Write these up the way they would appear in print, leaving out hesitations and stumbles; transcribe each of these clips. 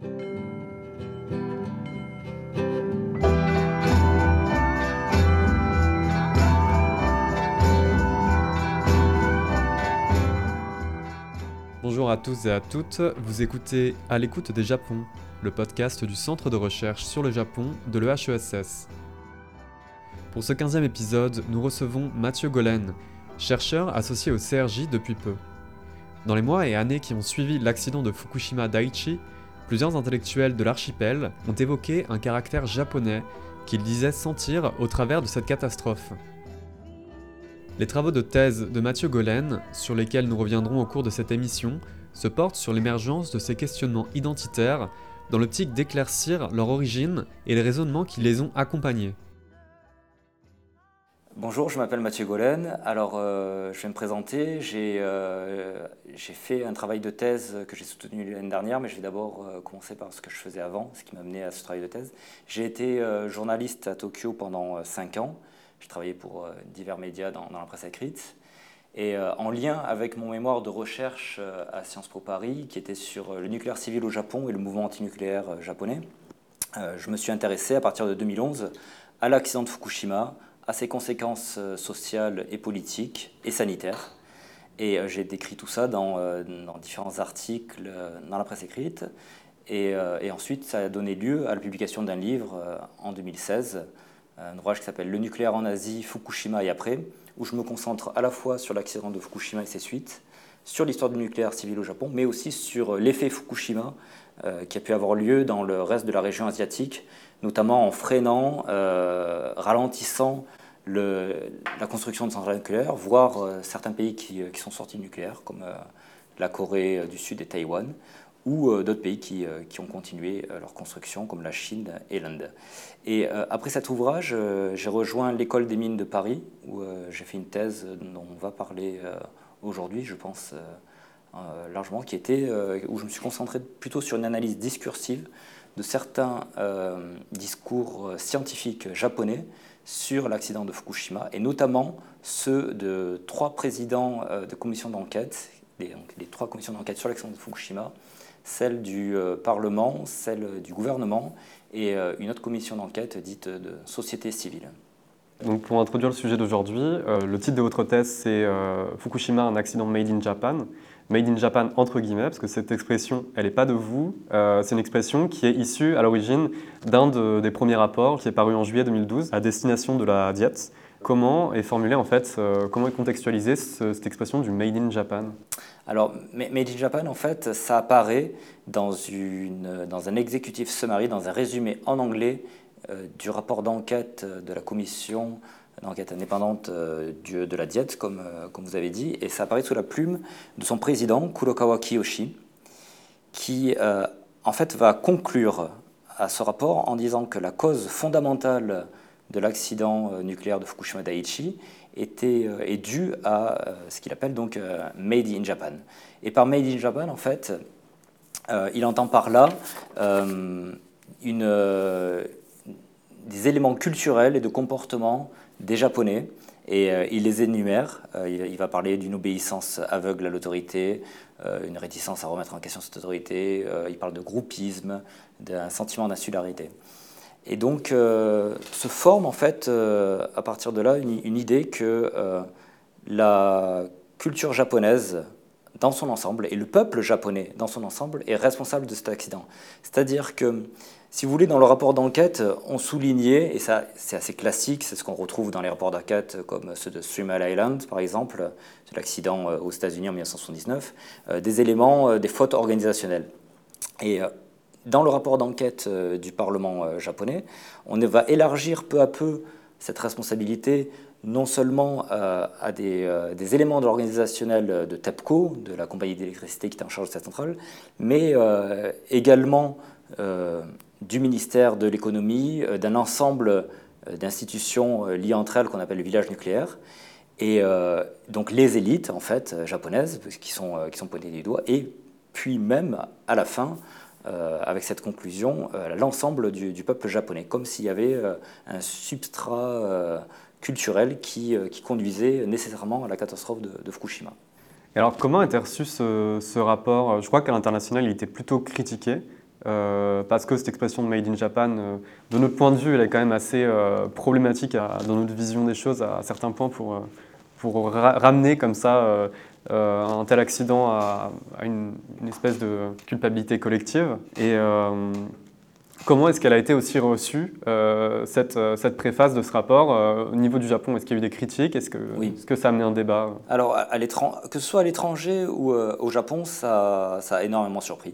Bonjour à tous et à toutes, vous écoutez À l'écoute des Japon, le podcast du Centre de recherche sur le Japon de l'EHESS. Pour ce 15e épisode, nous recevons Mathieu Golen, chercheur associé au CRJ depuis peu. Dans les mois et années qui ont suivi l'accident de Fukushima Daiichi, plusieurs intellectuels de l'archipel ont évoqué un caractère japonais qu'ils disaient sentir au travers de cette catastrophe. Les travaux de thèse de Mathieu Golen, sur lesquels nous reviendrons au cours de cette émission, se portent sur l'émergence de ces questionnements identitaires dans l'optique d'éclaircir leur origine et les raisonnements qui les ont accompagnés. Bonjour, je m'appelle Mathieu Golen. Alors, je vais me présenter. J'ai fait un travail de thèse que j'ai soutenu l'année dernière, mais je vais d'abord commencer par ce que je faisais avant, ce qui m'a mené à ce travail de thèse. J'ai été journaliste à Tokyo pendant 5 ans. J'ai travaillé pour divers médias dans la presse écrite. Et en lien avec mon mémoire de recherche à Sciences Po Paris, qui était sur le nucléaire civil au Japon et le mouvement antinucléaire japonais, je me suis intéressé à partir de 2011 à l'accident de Fukushima, à ses conséquences sociales et politiques et sanitaires. Et j'ai décrit tout ça dans différents articles dans la presse écrite. Et ensuite, ça a donné lieu à la publication d'un livre en 2016, un ouvrage qui s'appelle « Le nucléaire en Asie, Fukushima et après », où je me concentre à la fois sur l'accident de Fukushima et ses suites, sur l'histoire du nucléaire civil au Japon, mais aussi sur l'effet Fukushima qui a pu avoir lieu dans le reste de la région asiatique, notamment en freinant, ralentissant la construction de centrales nucléaires, voire certains pays qui sont sortis du nucléaire, comme la Corée du Sud et Taïwan, ou d'autres pays qui ont continué leur construction, comme la Chine et l'Inde. Et après cet ouvrage, j'ai rejoint l'École des mines de Paris, où j'ai fait une thèse dont on va parler aujourd'hui, je pense, largement, où je me suis concentré plutôt sur une analyse discursive de certains discours scientifiques japonais sur l'accident de Fukushima, et notamment ceux de 3 présidents de commissions d'enquête, les 3 commissions d'enquête sur l'accident de Fukushima, celle du Parlement, celle du gouvernement et une autre commission d'enquête dite de société civile. Donc pour introduire le sujet d'aujourd'hui, le titre de votre thèse c'est Fukushima, un accident made in Japan. Made in Japan entre guillemets, parce que cette expression, elle n'est pas de vous. C'est une expression qui est issue à l'origine d'un des premiers rapports qui est paru en juillet 2012 à destination de la Diète. Comment est formulée en fait, comment est contextualisée cette expression du Made in Japan ? Alors, Made in Japan, en fait, ça apparaît dans un executive summary, dans un résumé en anglais du rapport d'enquête de la commission d'enquête indépendante de la Diète, comme vous avez dit, et ça apparaît sous la plume de son président, Kurokawa Kiyoshi, qui en fait va conclure à ce rapport en disant que la cause fondamentale de l'accident nucléaire de Fukushima Daiichi est due à ce qu'il appelle donc Made in Japan. Et par Made in Japan, en fait, il entend par là des éléments culturels et de comportement des Japonais, et il les énumère. Il va parler d'une obéissance aveugle à l'autorité, une réticence à remettre en question cette autorité, il parle de groupisme, d'un sentiment d'insularité. Et donc se forme en fait à partir de là une idée que la culture japonaise dans son ensemble et le peuple japonais dans son ensemble est responsable de cet accident. C'est-à-dire que, si vous voulez, dans le rapport d'enquête, on soulignait, et ça c'est assez classique, c'est ce qu'on retrouve dans les rapports d'enquête comme ceux de Three Mile Island par exemple, c'est l'accident aux États-Unis en 1979, des éléments, des fautes organisationnelles. Et dans le rapport d'enquête du Parlement japonais, on va élargir peu à peu cette responsabilité non seulement à des éléments de l'organisationnel de TEPCO, de la compagnie d'électricité qui est en charge de cette centrale, mais également du ministère de l'économie, d'un ensemble d'institutions liées entre elles qu'on appelle le village nucléaire, et donc les élites en fait japonaises qui sont pointées du doigt, et puis même à la fin, avec cette conclusion, l'ensemble du peuple japonais, comme s'il y avait un substrat culturel qui conduisait nécessairement à la catastrophe de Fukushima. Et alors comment a été reçu ce rapport ? Je crois qu'à l'international, il était plutôt critiqué. parce que cette expression de Made in Japan, de notre point de vue, elle est quand même assez problématique dans notre vision des choses à certains points pour ramener comme ça un tel accident à une espèce de culpabilité collective. Et comment est-ce qu'elle a été aussi reçue, cette préface de ce rapport au niveau du Japon? Est-ce qu'il y a eu des critiques? Est-ce que ça a amené un débat? Alors, que ce soit à l'étranger ou au Japon, ça a énormément surpris.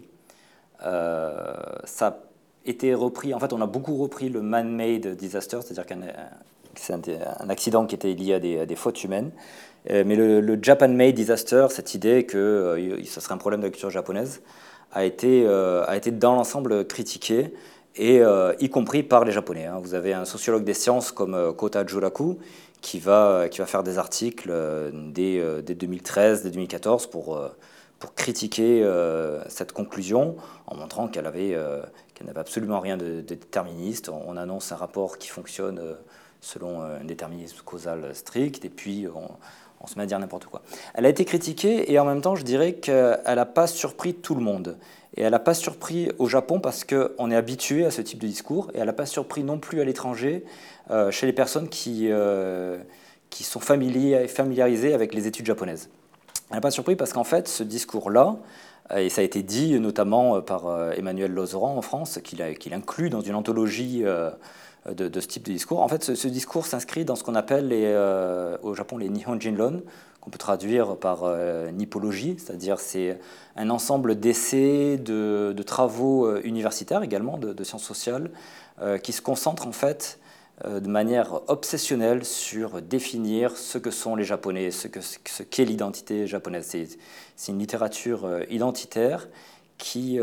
Ça a été repris, en fait, on a beaucoup repris le man-made disaster, c'est-à-dire que c'est un accident qui était lié à des fautes humaines. Mais le Japan-made disaster, cette idée que ce serait un problème de la culture japonaise, a été dans l'ensemble critiqué, et y compris par les Japonais. Vous avez un sociologue des sciences comme Kota Juraku qui va faire des articles dès 2013, dès 2014 pour critiquer cette conclusion en montrant qu'elle n'avait absolument rien de déterministe. On annonce un rapport qui fonctionne selon un déterminisme causal strict, et puis on se met à dire n'importe quoi. Elle a été critiquée, et en même temps, je dirais qu'elle n'a pas surpris tout le monde. Et elle n'a pas surpris au Japon parce qu'on est habitué à ce type de discours, et elle n'a pas surpris non plus à l'étranger, chez les personnes qui sont familiarisées avec les études japonaises. Elle n'a pas surpris parce qu'en fait, ce discours-là, et ça a été dit notamment par Emmanuel Lozoran en France, qu'il inclut dans une anthologie de ce type de discours. En fait, ce discours s'inscrit dans ce qu'on appelle au Japon les Nihonjinron, qu'on peut traduire par nippologie, c'est-à-dire c'est un ensemble d'essais, de travaux universitaires également, de sciences sociales, qui se concentrent en fait de manière obsessionnelle sur définir ce que sont les Japonais, ce qu'est l'identité japonaise. C'est une littérature identitaire qui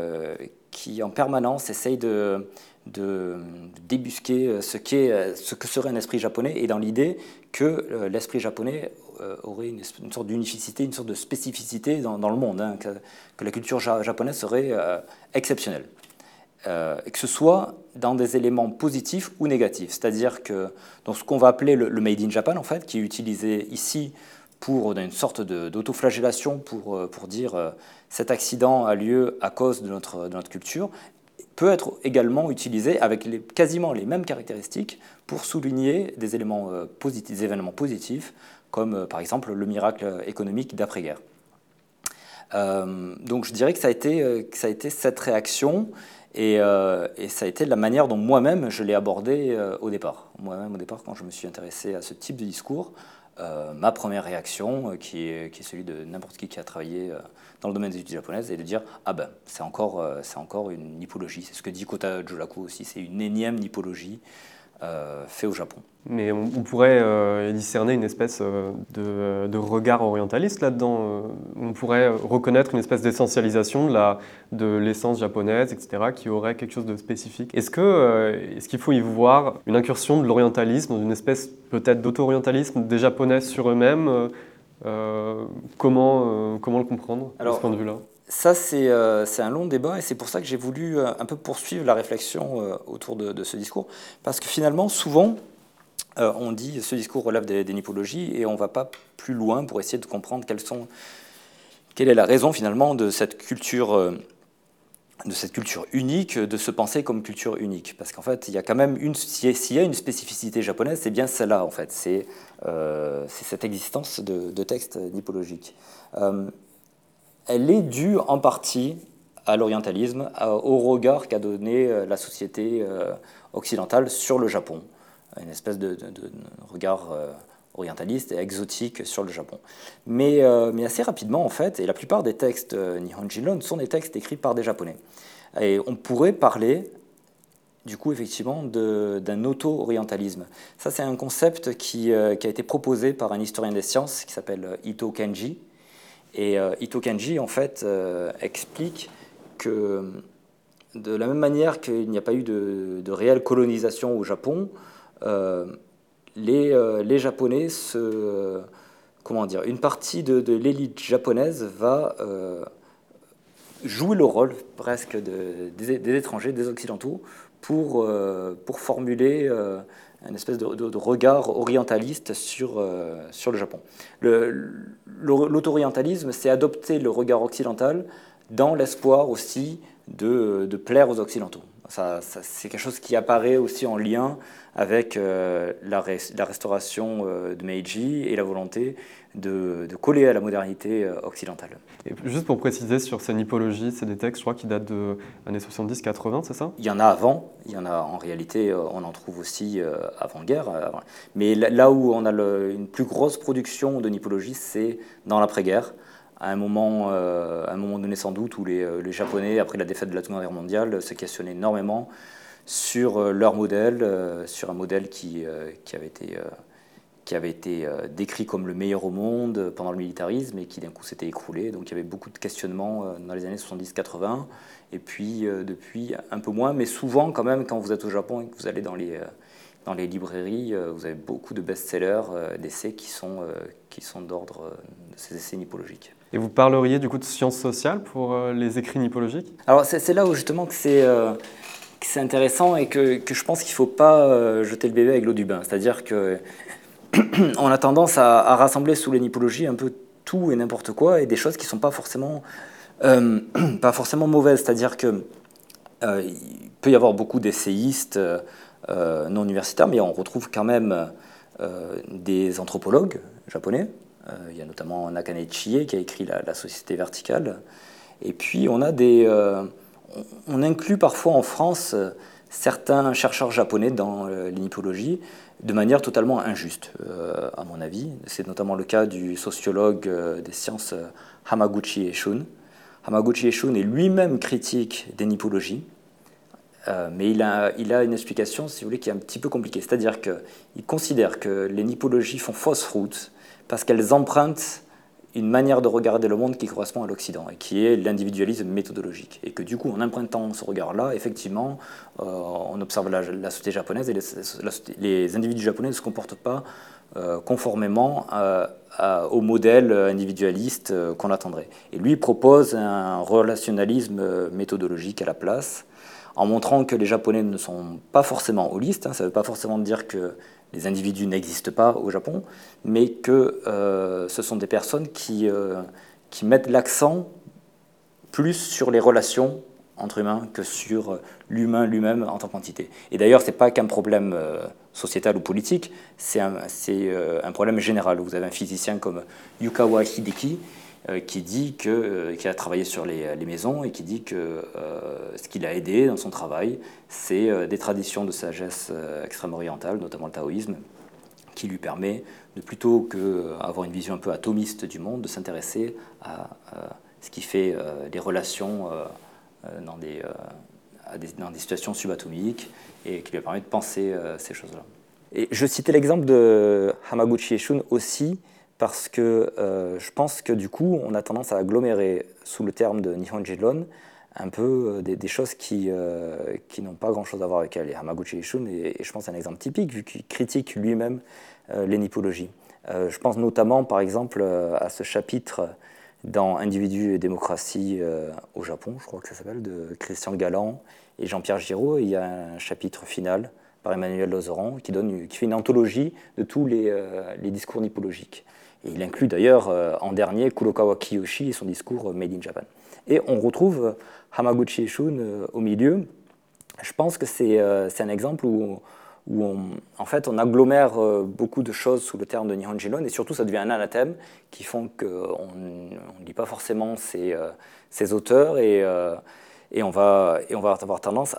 en permanence essaye de débusquer ce que serait un esprit japonais, et dans l'idée que l'esprit japonais aurait une sorte d'unicité, une sorte de spécificité dans le monde, que la culture japonaise serait exceptionnelle. Et que ce soit dans des éléments positifs ou négatifs. C'est-à-dire que dans ce qu'on va appeler le Made in Japan, en fait, qui est utilisé ici pour une sorte d'autoflagellation, pour dire cet accident a lieu à cause de notre culture, peut être également utilisé avec quasiment les mêmes caractéristiques pour souligner des éléments positifs, des événements positifs, comme par exemple le miracle économique d'après-guerre. Donc je dirais que ça a été cette réaction. Et ça a été la manière dont moi-même je l'ai abordé au départ. Moi-même, au départ, quand je me suis intéressé à ce type de discours, ma première réaction, qui est celui de n'importe qui a travaillé dans le domaine des études japonaises, est de dire « Ah ben, c'est encore une nippologie ». C'est ce que dit Kota Juraku aussi, c'est une énième nippologie faite au Japon. Mais on pourrait discerner une espèce de regard orientaliste là-dedans. On pourrait reconnaître une espèce d'essentialisation de l'essence japonaise, etc., qui aurait quelque chose de spécifique. Est-ce qu'il faut y voir une incursion de l'orientalisme, dans une espèce peut-être d'auto-orientalisme des Japonais sur eux-mêmes? Comment le comprendre de ce point de vue-là? Ça, c'est un long débat, et c'est pour ça que j'ai voulu un peu poursuivre la réflexion autour de ce discours. Parce que finalement, souvent, on dit ce discours relève des nippologies, et on ne va pas plus loin pour essayer de comprendre quelle est la raison finalement de cette culture unique, de se penser comme culture unique. Parce qu'en fait, il y a quand même s'il y a une spécificité japonaise, c'est bien celle-là en fait. C'est cette existence de textes nippologiques. Elle est due en partie à l'orientalisme, au regard qu'a donné la société occidentale sur le Japon. Une espèce de regard orientaliste et exotique sur le Japon. Mais assez rapidement, en fait, et la plupart des textes Nihonjinron sont des textes écrits par des Japonais. Et on pourrait parler, du coup, effectivement, d'un auto-orientalisme. Ça, c'est un concept qui a été proposé par un historien des sciences qui s'appelle Ito Kenji. Et Ito Kenji, en fait, explique que de la même manière qu'il n'y a pas eu de réelle colonisation au Japon, les Japonais une partie de l'élite japonaise va jouer le rôle presque des étrangers, des occidentaux, pour formuler une espèce de regard orientaliste sur le Japon. L'auto-orientalisme, c'est adopter le regard occidental dans l'espoir aussi de plaire aux Occidentaux. C'est quelque chose qui apparaît aussi en lien avec la restauration de Meiji et la volonté de coller à la modernité occidentale. Et juste pour préciser sur ces nippologies, c'est des textes, je crois, qui datent des années 70-80, c'est ça? Il y en a avant, il y en a en réalité, on en trouve aussi avant-guerre. Mais là où on a une plus grosse production de nippologie, c'est dans l'après-guerre, à un moment donné sans doute, où les Japonais, après la défaite de la Seconde Guerre mondiale, se questionnaient énormément sur leur modèle, sur un modèle qui avait été décrit comme le meilleur au monde pendant le militarisme et qui d'un coup s'était écroulé. Donc il y avait beaucoup de questionnements dans les années 70-80 et puis depuis un peu moins, mais souvent quand même quand vous êtes au Japon et que vous allez dans les librairies, vous avez beaucoup de best-sellers d'essais qui sont d'ordre de ces essais nippologiques. Et vous parleriez du coup de sciences sociales pour les écrits nippologiques? Alors c'est là où justement que c'est intéressant et que je pense qu'il ne faut pas jeter le bébé avec l'eau du bain. C'est-à-dire que on a tendance à rassembler sous les nippologies un peu tout et n'importe quoi et des choses qui ne sont pas forcément mauvaises. C'est-à-dire qu'il peut y avoir beaucoup d'essayistes non universitaires, mais on retrouve quand même des anthropologues japonais. Il y a notamment Nakane Chie qui a écrit la Société verticale. Et puis on inclut parfois en France certains chercheurs japonais dans les nippologies de manière totalement injuste, à mon avis. C'est notamment le cas du sociologue des sciences Hamaguchi Eshun. Hamaguchi Eshun est lui-même critique des nippologies, mais il a une explication, si vous voulez, qui est un petit peu compliquée. C'est-à-dire qu'il considère que les nippologies font fausse route parce qu'elles empruntent une manière de regarder le monde qui correspond à l'Occident et qui est l'individualisme méthodologique. Et que du coup, en empruntant ce regard-là, effectivement, on observe la société japonaise et les individus japonais ne se comportent pas conformément au modèle individualiste qu'on attendrait. Et lui propose un relationnalisme méthodologique à la place, en montrant que les Japonais ne sont pas forcément holistes. Ça ne veut pas forcément dire que les individus n'existent pas au Japon, mais que ce sont des personnes qui mettent l'accent plus sur les relations entre humains que sur l'humain lui-même en tant qu'entité. Et d'ailleurs, ce n'est pas qu'un problème sociétal ou politique, c'est un problème général. Vous avez un physicien comme Yukawa Hideki qui a travaillé sur les maisons et qui dit que ce qui l'a aidé dans son travail, c'est des traditions de sagesse extrême-orientale, notamment le taoïsme, qui lui permet de plutôt qu'avoir une vision un peu atomiste du monde, de s'intéresser à ce qui fait les relations dans des situations subatomiques et qui lui permet de penser ces choses-là. Et je citais l'exemple de Hamaguchi Eshun aussi, parce que je pense que du coup, on a tendance à agglomérer sous le terme de Nihonjilon un peu des choses qui n'ont pas grand-chose à voir avec elle. Et Hamaguchi Eshun est, je pense, un exemple typique, vu qu'il critique lui-même les nippologies. Je pense notamment, par exemple, à ce chapitre dans Individus et démocratie au Japon, je crois que ça s'appelle, de Christian Galland et Jean-Pierre Giraud. Il y a un chapitre final par Emmanuel Lozeran qui fait une anthologie de tous les discours nippologiques. Et il inclut d'ailleurs en dernier Kurokawa Kiyoshi et son discours Made in Japan. Et on retrouve Hamaguchi Eshun au milieu. Je pense que c'est un exemple où en fait, on agglomère beaucoup de choses sous le terme de Nihonjilon et surtout ça devient un anathème qui font qu'on ne lit pas forcément ces auteurs et on va avoir tendance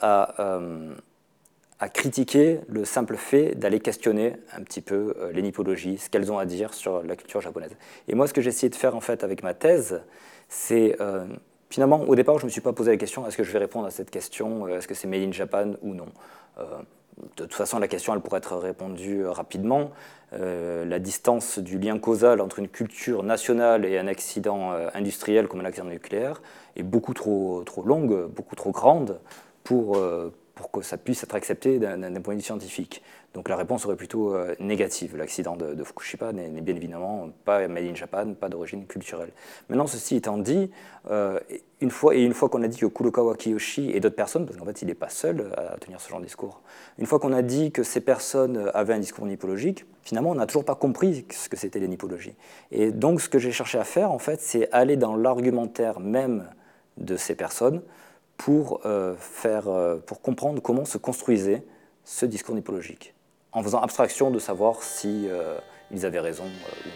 à critiquer le simple fait d'aller questionner un petit peu les nippologies, ce qu'elles ont à dire sur la culture japonaise. Et moi, ce que j'ai essayé de faire en fait avec ma thèse, c'est finalement, au départ, je ne me suis pas posé la question est-ce que je vais répondre à cette question, est-ce que c'est Made in Japan ou non. De toute façon, la question, elle pourrait être répondue rapidement. La distance du lien causal entre une culture nationale et un accident industriel comme un accident nucléaire est beaucoup trop longue, beaucoup trop grande pour que ça puisse être accepté d'un point de vue scientifique. Donc la réponse serait plutôt négative. L'accident de Fukushima n'est bien évidemment pas made in Japan, pas d'origine culturelle. Maintenant, ceci étant dit, une fois qu'on a dit que Kurokawa Kiyoshi et d'autres personnes, parce qu'en fait il n'est pas seul à tenir ce genre de discours, une fois qu'on a dit que ces personnes avaient un discours nippologique, finalement on n'a toujours pas compris ce que c'était les nippologies. Et donc ce que j'ai cherché à faire, en fait, c'est aller dans l'argumentaire même de ces personnes, pour comprendre comment se construisait ce discours nipologique, en faisant abstraction de savoir si ils avaient raison ou non.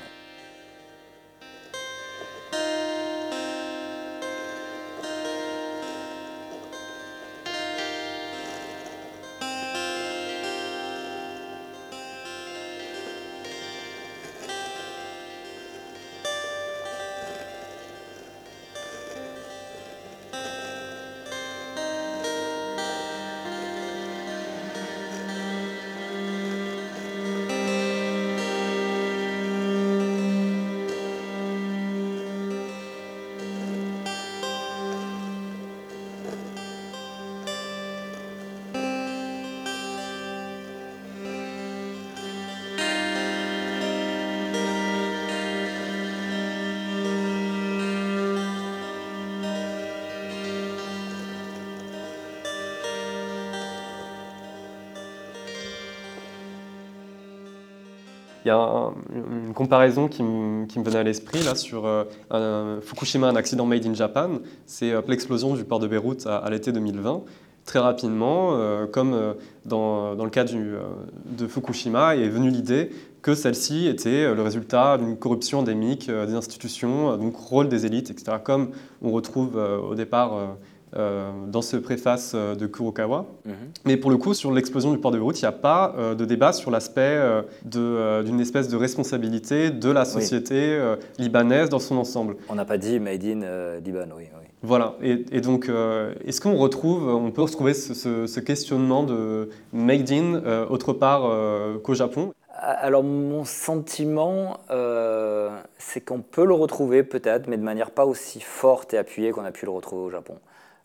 Il y a une comparaison qui me venait à l'esprit là, sur Fukushima, un accident made in Japan. C'est l'explosion du port de Beyrouth à l'été 2020. Très rapidement, comme dans le cas de Fukushima, est venue l'idée que celle-ci était le résultat d'une corruption endémique des institutions, donc rôle des élites, etc., comme on retrouve au départ dans ce préface de Kurokawa. Mais pour le coup, sur l'explosion du port de Beyrouth, il n'y a pas de débat sur l'aspect d'une espèce de responsabilité de la société libanaise dans son ensemble. On n'a pas dit Made in Liban, oui. Voilà, et donc est-ce qu'on peut retrouver ce questionnement de Made in autre part qu'au Japon? Alors mon sentiment, c'est qu'on peut le retrouver peut-être, mais de manière pas aussi forte et appuyée qu'on a pu le retrouver au Japon.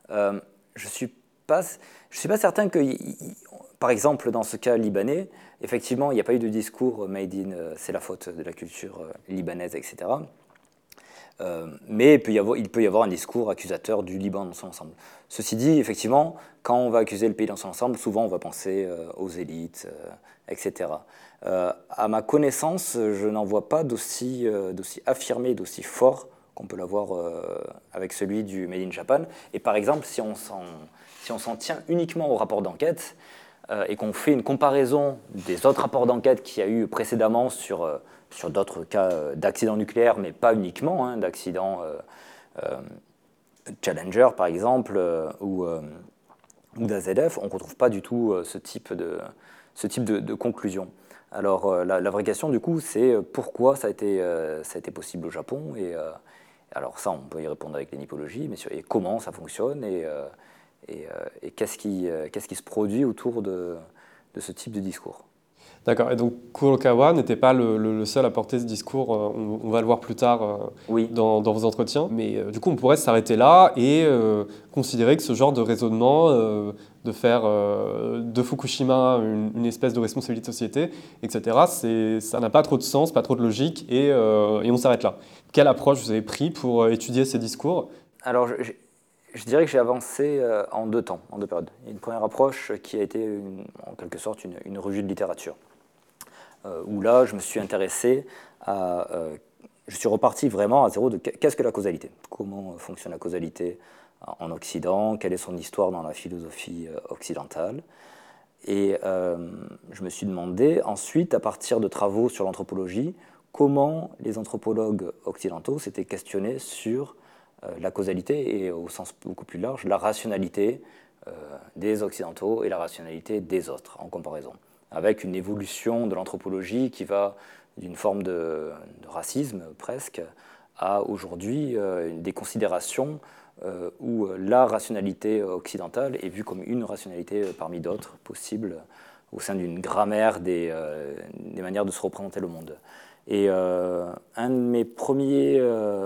Je suis pas certain que, par exemple, dans ce cas libanais, effectivement, il n'y a pas eu de discours made in, c'est la faute de la culture libanaise, etc. Mais il peut y avoir un discours accusateur du Liban dans son ensemble. Ceci dit, effectivement, quand on va accuser le pays dans son ensemble, souvent on va penser aux élites, etc. À ma connaissance, je n'en vois pas d'aussi affirmé, d'aussi fort qu'on peut l'avoir avec celui du Made in Japan. Et par exemple, si on s'en tient uniquement au rapport d'enquête et qu'on fait une comparaison des autres rapports d'enquête qu'il y a eu précédemment sur d'autres cas d'accidents nucléaires, mais pas uniquement, d'accidents Challenger par exemple, ou d'AZF, on ne retrouve pas du tout ce type de conclusion. Alors la vraie question du coup, c'est pourquoi ça a été possible au Japon, et alors ça on peut y répondre avec les nipologies, mais et comment ça fonctionne, et qu'est-ce qui se produit autour de ce type de discours. D'accord, et donc Kurokawa n'était pas le seul à porter ce discours, on va le voir plus tard oui. dans vos entretiens, mais du coup on pourrait s'arrêter là et considérer que ce genre de raisonnement, de faire de Fukushima une espèce de responsabilité de société, etc., ça n'a pas trop de sens, pas trop de logique, et on s'arrête là. Quelle approche vous avez pris pour étudier ces discours? Alors je dirais que j'ai avancé en deux temps, en deux périodes. Il y a une première approche qui a été en quelque sorte une revue de littérature, où là je me suis intéressé je suis reparti vraiment à zéro de qu'est-ce que la causalité, comment fonctionne la causalité en Occident, quelle est son histoire dans la philosophie occidentale. Et je me suis demandé ensuite, à partir de travaux sur l'anthropologie, comment les anthropologues occidentaux s'étaient questionnés sur la causalité et, au sens beaucoup plus large, la rationalité des Occidentaux et la rationalité des autres en comparaison, avec une évolution de l'anthropologie qui va d'une forme de racisme presque à aujourd'hui des considérations où la rationalité occidentale est vue comme une rationalité parmi d'autres possibles au sein d'une grammaire des manières de se représenter le monde. Et un de mes premiers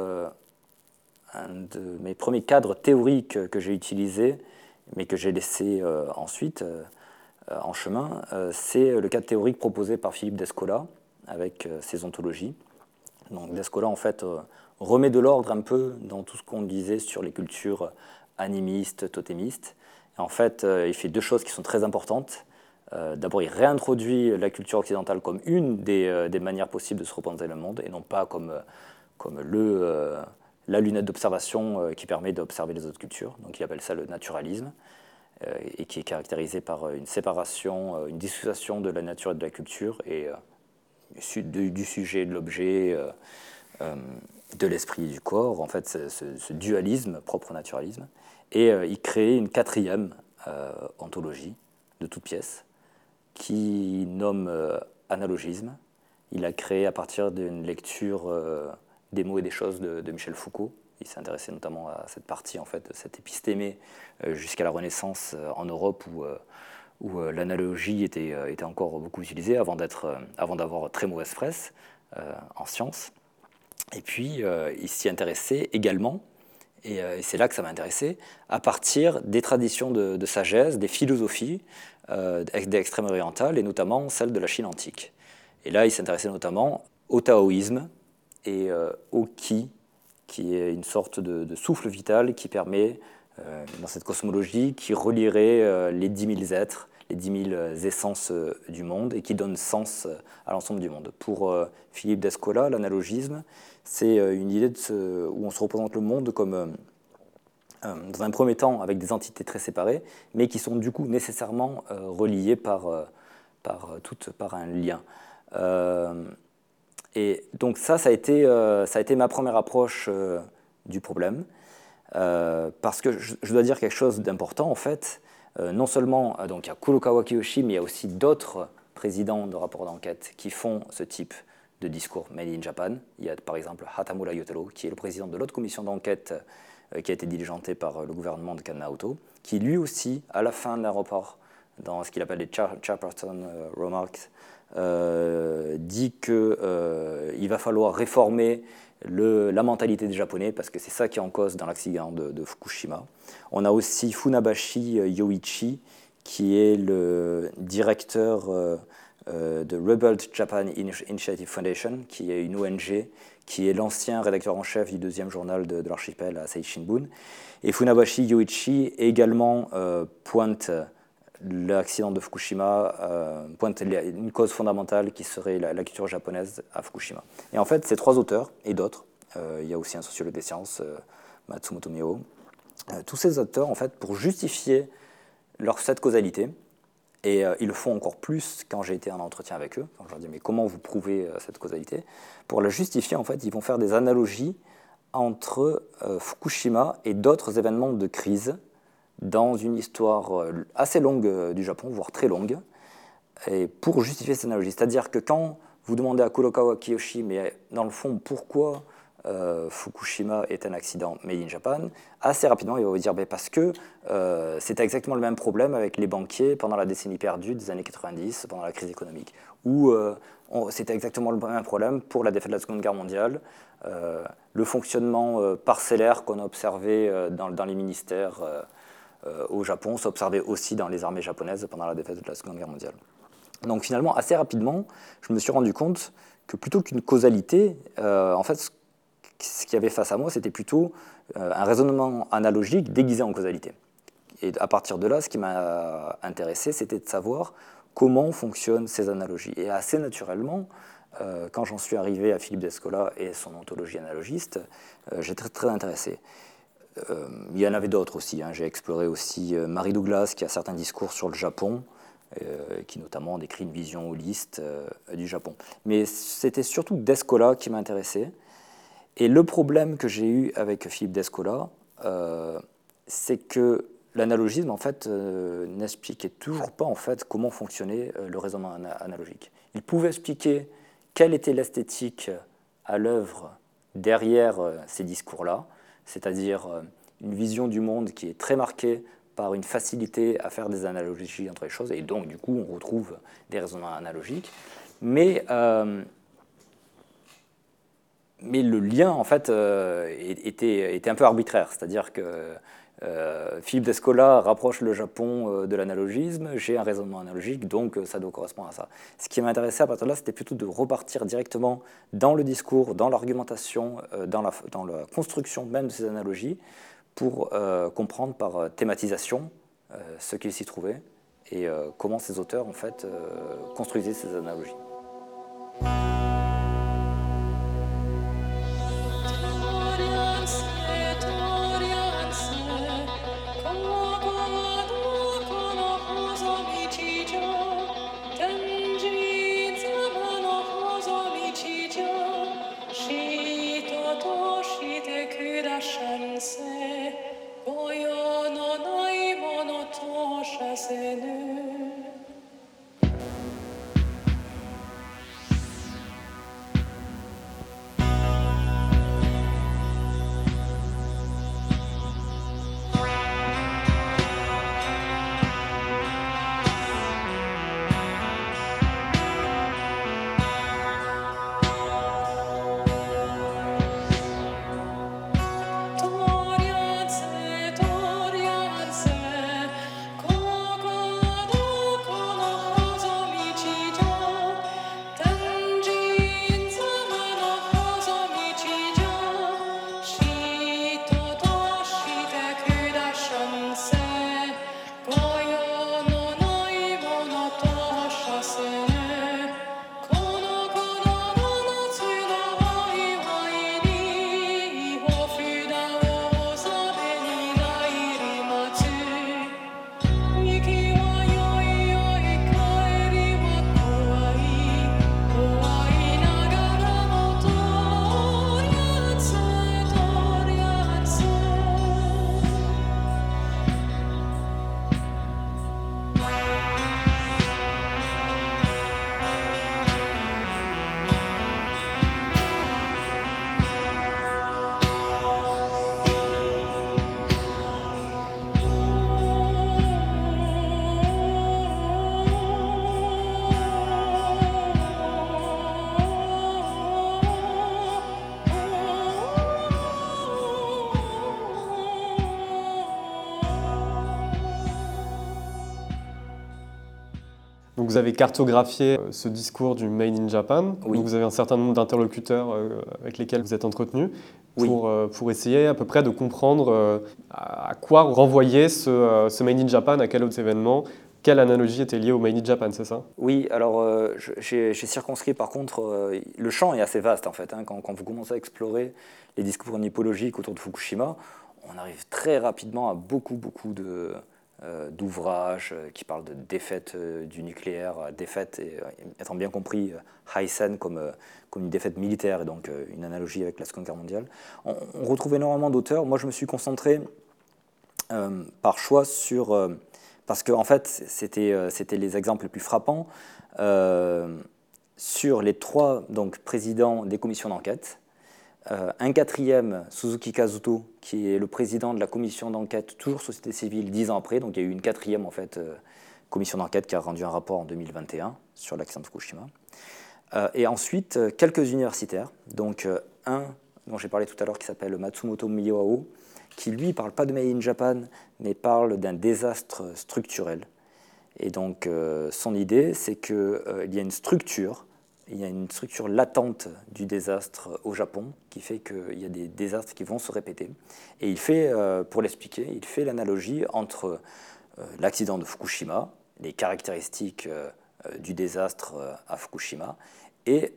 cadres théoriques que j'ai utilisé, mais que j'ai laissé ensuite en chemin, c'est le cadre théorique proposé par Philippe Descola avec ses ontologies. Donc Descola, en fait, remet de l'ordre un peu dans tout ce qu'on disait sur les cultures animistes, totémistes. Et en fait, il fait deux choses qui sont très importantes. D'abord, il réintroduit la culture occidentale comme une des manières possibles de se représenter le monde, et non pas comme la lunette d'observation qui permet d'observer les autres cultures. Donc il appelle ça le naturalisme, et qui est caractérisé par une séparation, une dissociation de la nature et de la culture, et du sujet, de l'objet, de l'esprit et du corps, en fait, ce dualisme propre au naturalisme. Et il crée une quatrième ontologie de toute pièce, qui nomme analogisme. Il l'a créé à partir d'une lecture des mots et des choses de Michel Foucault. Il s'est intéressé notamment à cette partie, en fait, de cette épistémée jusqu'à la Renaissance en Europe, où l'analogie était encore beaucoup utilisée avant d'avoir très mauvaise presse en sciences. Et puis, il s'y intéressait également, et c'est là que ça m'a intéressé, à partir des traditions de sagesse, des philosophies d'extrême orientale, et notamment celle de la Chine antique. Et là, il s'intéressait notamment au taoïsme et au qi, qui est une sorte de souffle vital qui permet, dans cette cosmologie, qui relierait les 10 000 êtres, les 10 000 essences du monde, et qui donne sens à l'ensemble du monde. Pour Philippe d'Escola, l'analogisme, c'est une idée où on se représente le monde comme, dans un premier temps, avec des entités très séparées, mais qui sont du coup nécessairement reliées par un lien. Et donc ça a été ma première approche du problème, parce que je dois dire quelque chose d'important, en fait. Non seulement donc il y a Kurokawa Kiyoshi, mais il y a aussi d'autres présidents de rapports d'enquête qui font ce type de discours made in Japan. Il y a par exemple Hatamura Yotaro, qui est le président de l'autre commission d'enquête qui a été diligentée par le gouvernement de Kan-Naoto, qui lui aussi, à la fin d'un rapport, dans ce qu'il appelle les Chaperton Remarks, dit qu'il va falloir réformer la mentalité des Japonais, parce que c'est ça qui est en cause dans l'accident de Fukushima. On a aussi Funabashi Yoichi, qui est le directeur de Rebuild Japan Initiative Foundation, qui est une ONG, qui est l'ancien rédacteur en chef du deuxième journal de l'archipel, Asahi Shimbun. Et Funabashi Yoichi également pointe l'accident de Fukushima, pointe une cause fondamentale qui serait la culture japonaise à Fukushima. Et en fait, ces trois auteurs, et d'autres, il y a aussi un sociologue des sciences, Matsumoto Mio, tous ces auteurs, en fait, pour justifier cette causalité, et ils le font encore plus quand j'ai été en entretien avec eux, quand je leur dis mais comment vous prouvez cette causalité, pour la justifier, en fait, ils vont faire des analogies entre Fukushima et d'autres événements de crise dans une histoire assez longue du Japon, voire très longue, et pour justifier cette analogie. C'est-à-dire que quand vous demandez à Kurokawa Kiyoshi, mais dans le fond, pourquoi Fukushima est un accident made in Japan, assez rapidement, il va vous dire parce que c'était exactement le même problème avec les banquiers pendant la décennie perdue des années 90, pendant la crise économique, ou c'était exactement le même problème pour la défaite de la Seconde Guerre mondiale, le fonctionnement parcellaire qu'on a observé dans les ministères au Japon s'observait aussi dans les armées japonaises pendant la défaite de la Seconde Guerre mondiale. Donc finalement, assez rapidement, je me suis rendu compte que plutôt qu'une causalité, en fait, ce qu'il y avait face à moi, c'était plutôt un raisonnement analogique déguisé en causalité. Et à partir de là, ce qui m'a intéressé, c'était de savoir comment fonctionnent ces analogies. Et assez naturellement, quand j'en suis arrivé à Philippe d'Escola et son ontologie analogiste, j'étais très, très intéressé. Il y en avait d'autres aussi. J'ai exploré aussi Mary Douglas, qui a certains discours sur le Japon, qui notamment décrit une vision holiste du Japon. Mais c'était surtout d'Escola qui m'intéressait. Et le problème que j'ai eu avec Philippe d'Escola, c'est que l'analogisme, en fait, n'expliquait toujours pas, en fait, comment fonctionnait le raisonnement analogique. Il pouvait expliquer quelle était l'esthétique à l'œuvre derrière ces discours-là, c'est-à-dire une vision du monde qui est très marquée par une facilité à faire des analogies entre les choses, et donc, du coup, on retrouve des raisonnements analogiques. Mais le lien, en fait, était un peu arbitraire, c'est-à-dire que Philippe d'Escola rapproche le Japon de l'analogisme, j'ai un raisonnement analogique, donc ça doit correspondre à ça. Ce qui m'intéressait à partir de là, c'était plutôt de repartir directement dans le discours, dans l'argumentation, dans la construction même de ces analogies, pour comprendre par thématisation ce qu'il s'y trouvait et comment ces auteurs, en fait, construisaient ces analogies. Donc vous avez cartographié ce discours du Made in Japan. Oui. Donc vous avez un certain nombre d'interlocuteurs avec lesquels vous êtes entretenus Oui. pour essayer à peu près de comprendre à quoi renvoyait ce Made in Japan, à quel autre événement, quelle analogie était liée au Made in Japan, c'est ça? Oui, alors j'ai circonscrit par contre, le champ est assez vaste en fait. Hein, quand vous commencez à explorer les discours nipologiques autour de Fukushima, on arrive très rapidement à beaucoup d'ouvrages qui parlent de défaite du nucléaire, défaite, et étant bien compris Heisen comme une défaite militaire, et donc une analogie avec la Seconde Guerre mondiale. On retrouve énormément d'auteurs. Moi, je me suis concentré par choix sur... parce que en fait, c'était les exemples les plus frappants sur les trois donc, présidents des commissions d'enquête. Un quatrième, Suzuki Kazuto, qui est le président de la commission d'enquête, toujours société civile, 10 ans après. Donc il y a eu une quatrième en fait, commission d'enquête qui a rendu un rapport en 2021 sur l'accident de Fukushima. Et ensuite, quelques universitaires. Donc un dont j'ai parlé tout à l'heure qui s'appelle Matsumoto Miyaoa, qui lui ne parle pas de Made in Japan, mais parle d'un désastre structurel. Et donc son idée, c'est qu'il y a une structure latente du désastre au Japon qui fait qu'il y a des désastres qui vont se répéter. Et il fait, pour l'expliquer, il fait l'analogie entre l'accident de Fukushima, les caractéristiques du désastre à Fukushima, et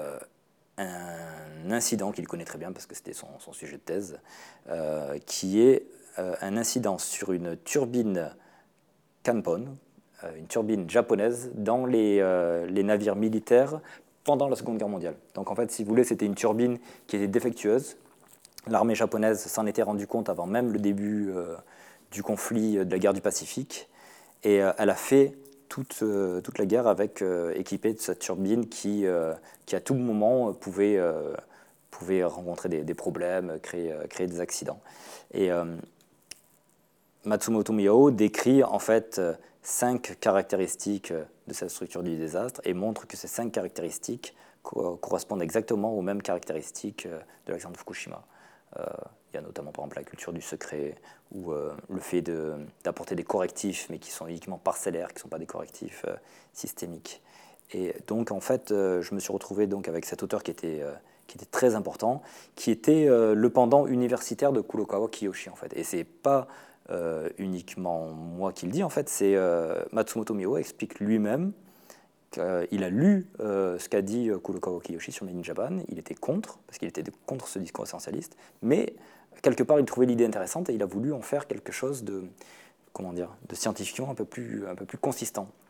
un incident qu'il connaît très bien parce que c'était son sujet de thèse, qui est un incident sur une turbine Kanpon, une turbine japonaise dans les navires militaires pendant la Seconde Guerre mondiale. Donc en fait, si vous voulez, c'était une turbine qui était défectueuse. L'armée japonaise s'en était rendue compte avant même le début du conflit de la guerre du Pacifique. Et elle a fait toute la guerre équipée de cette turbine qui à tout moment pouvait rencontrer des problèmes, créer des accidents. Et Matsumoto Miyaoa décrit en fait 5 caractéristiques de cette structure du désastre et montre que ces 5 caractéristiques correspondent exactement aux mêmes caractéristiques de l'accident de Fukushima. Il y a notamment par exemple la culture du secret ou le fait d'apporter des correctifs mais qui sont uniquement parcellaires, qui ne sont pas des correctifs systémiques. Et donc en fait, je me suis retrouvé donc avec cet auteur qui était très important, qui était le pendant universitaire de Kurokawa Kiyoshi en fait. Et c'est pas uniquement moi qui le dis en fait, c'est Matsumoto Miyaoa explique lui-même qu'il a lu ce qu'a dit Kurokawa Kiyoshi sur Made in Japan. Il était contre, parce qu'il était contre ce discours essentialiste, mais quelque part il trouvait l'idée intéressante et il a voulu en faire quelque chose de scientifiant un peu plus consistant.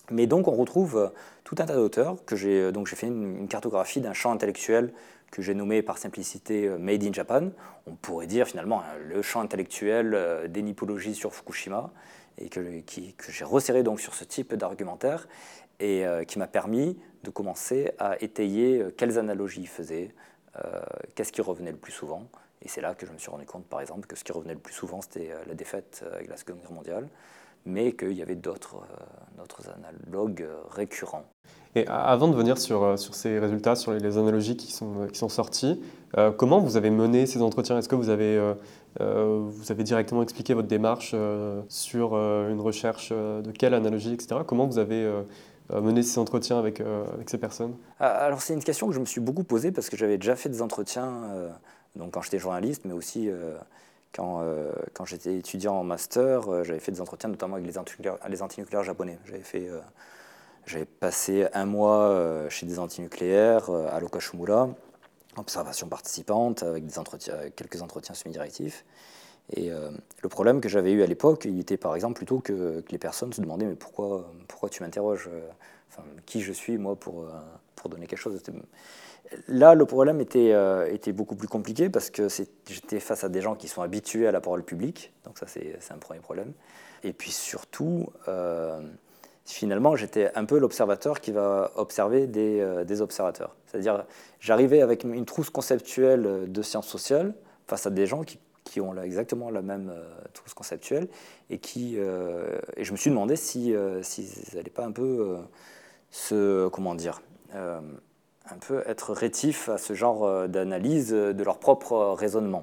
Mais donc on retrouve tout un tas d'auteurs que j'ai fait une cartographie d'un champ intellectuel que j'ai nommé par simplicité Made in Japan. On pourrait dire finalement le champ intellectuel d'énipologie sur Fukushima et que j'ai resserré donc sur ce type d'argumentaire et qui m'a permis de commencer à étayer quelles analogies il faisait, qu'est-ce qui revenait le plus souvent. Et c'est là que je me suis rendu compte, par exemple, que ce qui revenait le plus souvent, c'était la défaite avec la Seconde Guerre mondiale, mais qu'il y avait d'autres analogues récurrents. Et avant de venir sur ces résultats, sur les analogies qui sont sorties, comment vous avez mené ces entretiens? Est-ce que vous avez directement expliqué votre démarche sur une recherche de quelle analogie, etc. Comment vous avez mené ces entretiens avec ces personnes? Alors c'est une question que je me suis beaucoup posée parce que j'avais déjà fait des entretiens donc quand j'étais journaliste, mais aussi quand j'étais étudiant en master, j'avais fait des entretiens notamment avec les antinucléaires japonais. J'avais passé un mois chez des antinucléaires à l'Okashimura, observation participante, avec quelques entretiens semi-directifs. Et le problème que j'avais eu à l'époque, il était par exemple plutôt que les personnes se demandaient mais pourquoi tu m'interroges, qui je suis moi pour donner quelque chose. Là, le problème était beaucoup plus compliqué parce que j'étais face à des gens qui sont habitués à la parole publique, donc ça c'est un premier problème. Et puis surtout, finalement, j'étais un peu l'observateur qui va observer des observateurs. C'est-à-dire, j'arrivais avec une trousse conceptuelle de sciences sociales face à des gens qui ont exactement la même trousse conceptuelle et et je me suis demandé s'ils n'allaient pas un peu un peu être rétifs à ce genre d'analyse de leur propre raisonnement.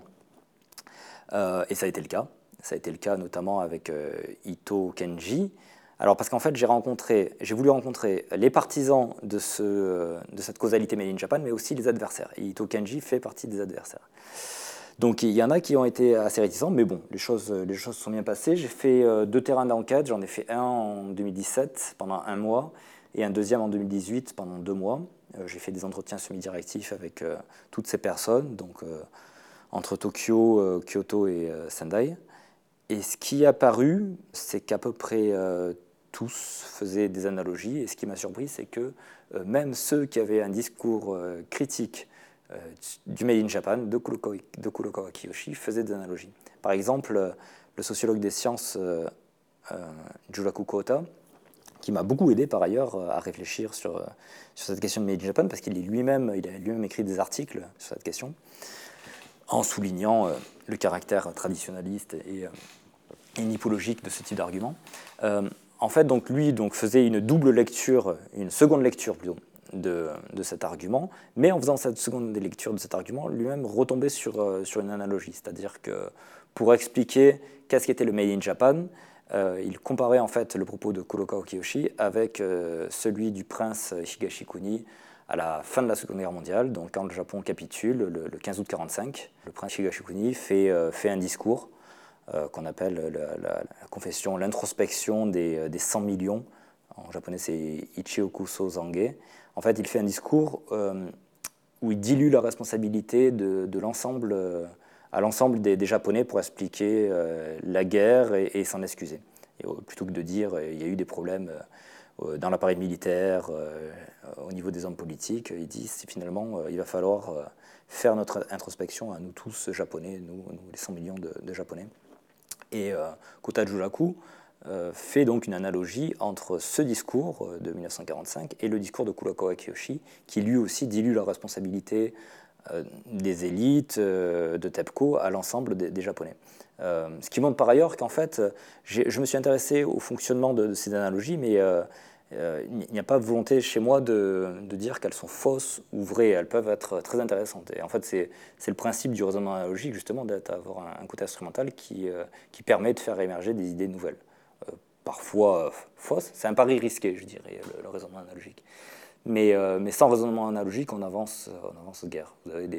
Et ça a été le cas. Ça a été le cas notamment avec Ito Kenji. Alors parce qu'en fait, j'ai voulu rencontrer les partisans de cette causalité Made in Japan, mais aussi les adversaires. Et Ito Kenji fait partie des adversaires. Donc il y en a qui ont été assez réticents, mais bon, les choses se sont bien passées. J'ai fait 2 terrains d'enquête. J'en ai fait un en 2017 pendant 1 mois et un deuxième en 2018 pendant 2 mois. J'ai fait des entretiens semi-directifs avec toutes ces personnes, donc entre Tokyo, Kyoto et Sendai. Et ce qui est apparu, c'est qu'à peu près tous faisaient des analogies. Et ce qui m'a surpris, c'est que même ceux qui avaient un discours critique du Made in Japan, de Kurokawa Kiyoshi, faisaient des analogies. Par exemple, le sociologue des sciences Juraku Kota, qui m'a beaucoup aidé par ailleurs à réfléchir sur cette question de Made in Japan, parce qu'il a lui-même écrit des articles sur cette question, en soulignant le caractère traditionnaliste et énipologique de ce type d'argument. En fait, donc, lui faisait une seconde lecture plutôt, de cet argument, mais en faisant cette seconde lecture de cet argument, lui-même retombait sur une analogie, c'est-à-dire que pour expliquer qu'est-ce qu'était le Made in Japan, il comparait en fait le propos de Kurokawa Kiyoshi avec celui du prince Higashikuni à la fin de la Seconde Guerre mondiale, donc quand le Japon capitule le 15 août 1945. Le prince Higashikuni fait un discours qu'on appelle la confession, l'introspection des 100 millions. En japonais, c'est Ichiokuso Zange. En fait, il fait un discours où il dilue la responsabilité de l'ensemble, à l'ensemble des Japonais pour expliquer la guerre et s'en excuser. Et plutôt que de dire il y a eu des problèmes dans l'appareil militaire, au niveau des hommes politiques, il dit finalement il va falloir faire notre introspection à nous tous Japonais, nous les 100 millions de Japonais. Et Kota Juraku fait donc une analogie entre ce discours de 1945 et le discours de Kurokawa Kiyoshi, qui lui aussi dilue la responsabilité des élites de TEPCO à l'ensemble des Japonais. Ce qui montre par ailleurs qu'en fait, je me suis intéressé au fonctionnement de ces analogies, mais il n'y a pas volonté chez moi de dire qu'elles sont fausses ou vraies. Elles peuvent être très intéressantes. Et en fait, c'est le principe du raisonnement analogique, justement, d'avoir un côté instrumental qui permet de faire émerger des idées nouvelles. Parfois fausses. C'est un pari risqué, je dirais, le raisonnement analogique. Mais sans raisonnement analogique, on avance guère.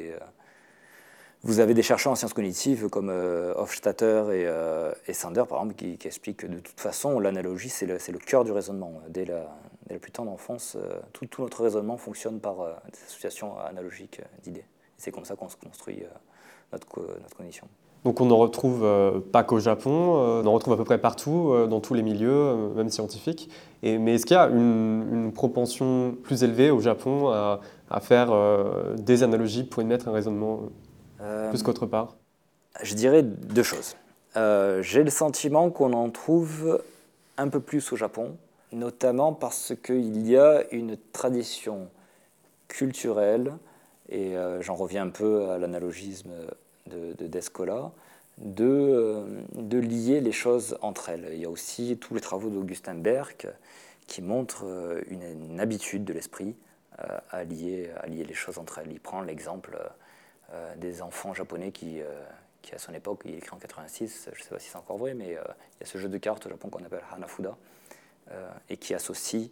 Vous avez des chercheurs en sciences cognitives comme Hofstadter et Sander, par exemple, qui expliquent que de toute façon, l'analogie, c'est le cœur du raisonnement. Dès la plus tendre enfance, tout notre raisonnement fonctionne par des associations analogiques d'idées. C'est comme ça qu'on se construit notre cognition. Donc on n'en retrouve pas qu'au Japon, on en retrouve à peu près partout, dans tous les milieux, même scientifiques. Mais est-ce qu'il y a une propension plus élevée au Japon à faire des analogies pour y mettre un raisonnement plus qu'autre part? Je dirais deux choses. J'ai le sentiment qu'on en trouve un peu plus au Japon, notamment parce qu'il y a une tradition culturelle, et j'en reviens un peu à l'analogisme de Descola, de lier les choses entre elles. Il y a aussi tous les travaux d'Augustin Berg qui montrent une habitude de l'esprit à lier les choses entre elles. Il prend l'exemple des enfants japonais qui à son époque, il écrit en 86, je ne sais pas si c'est encore vrai, mais il y a ce jeu de cartes au Japon qu'on appelle Hanafuda, et qui associe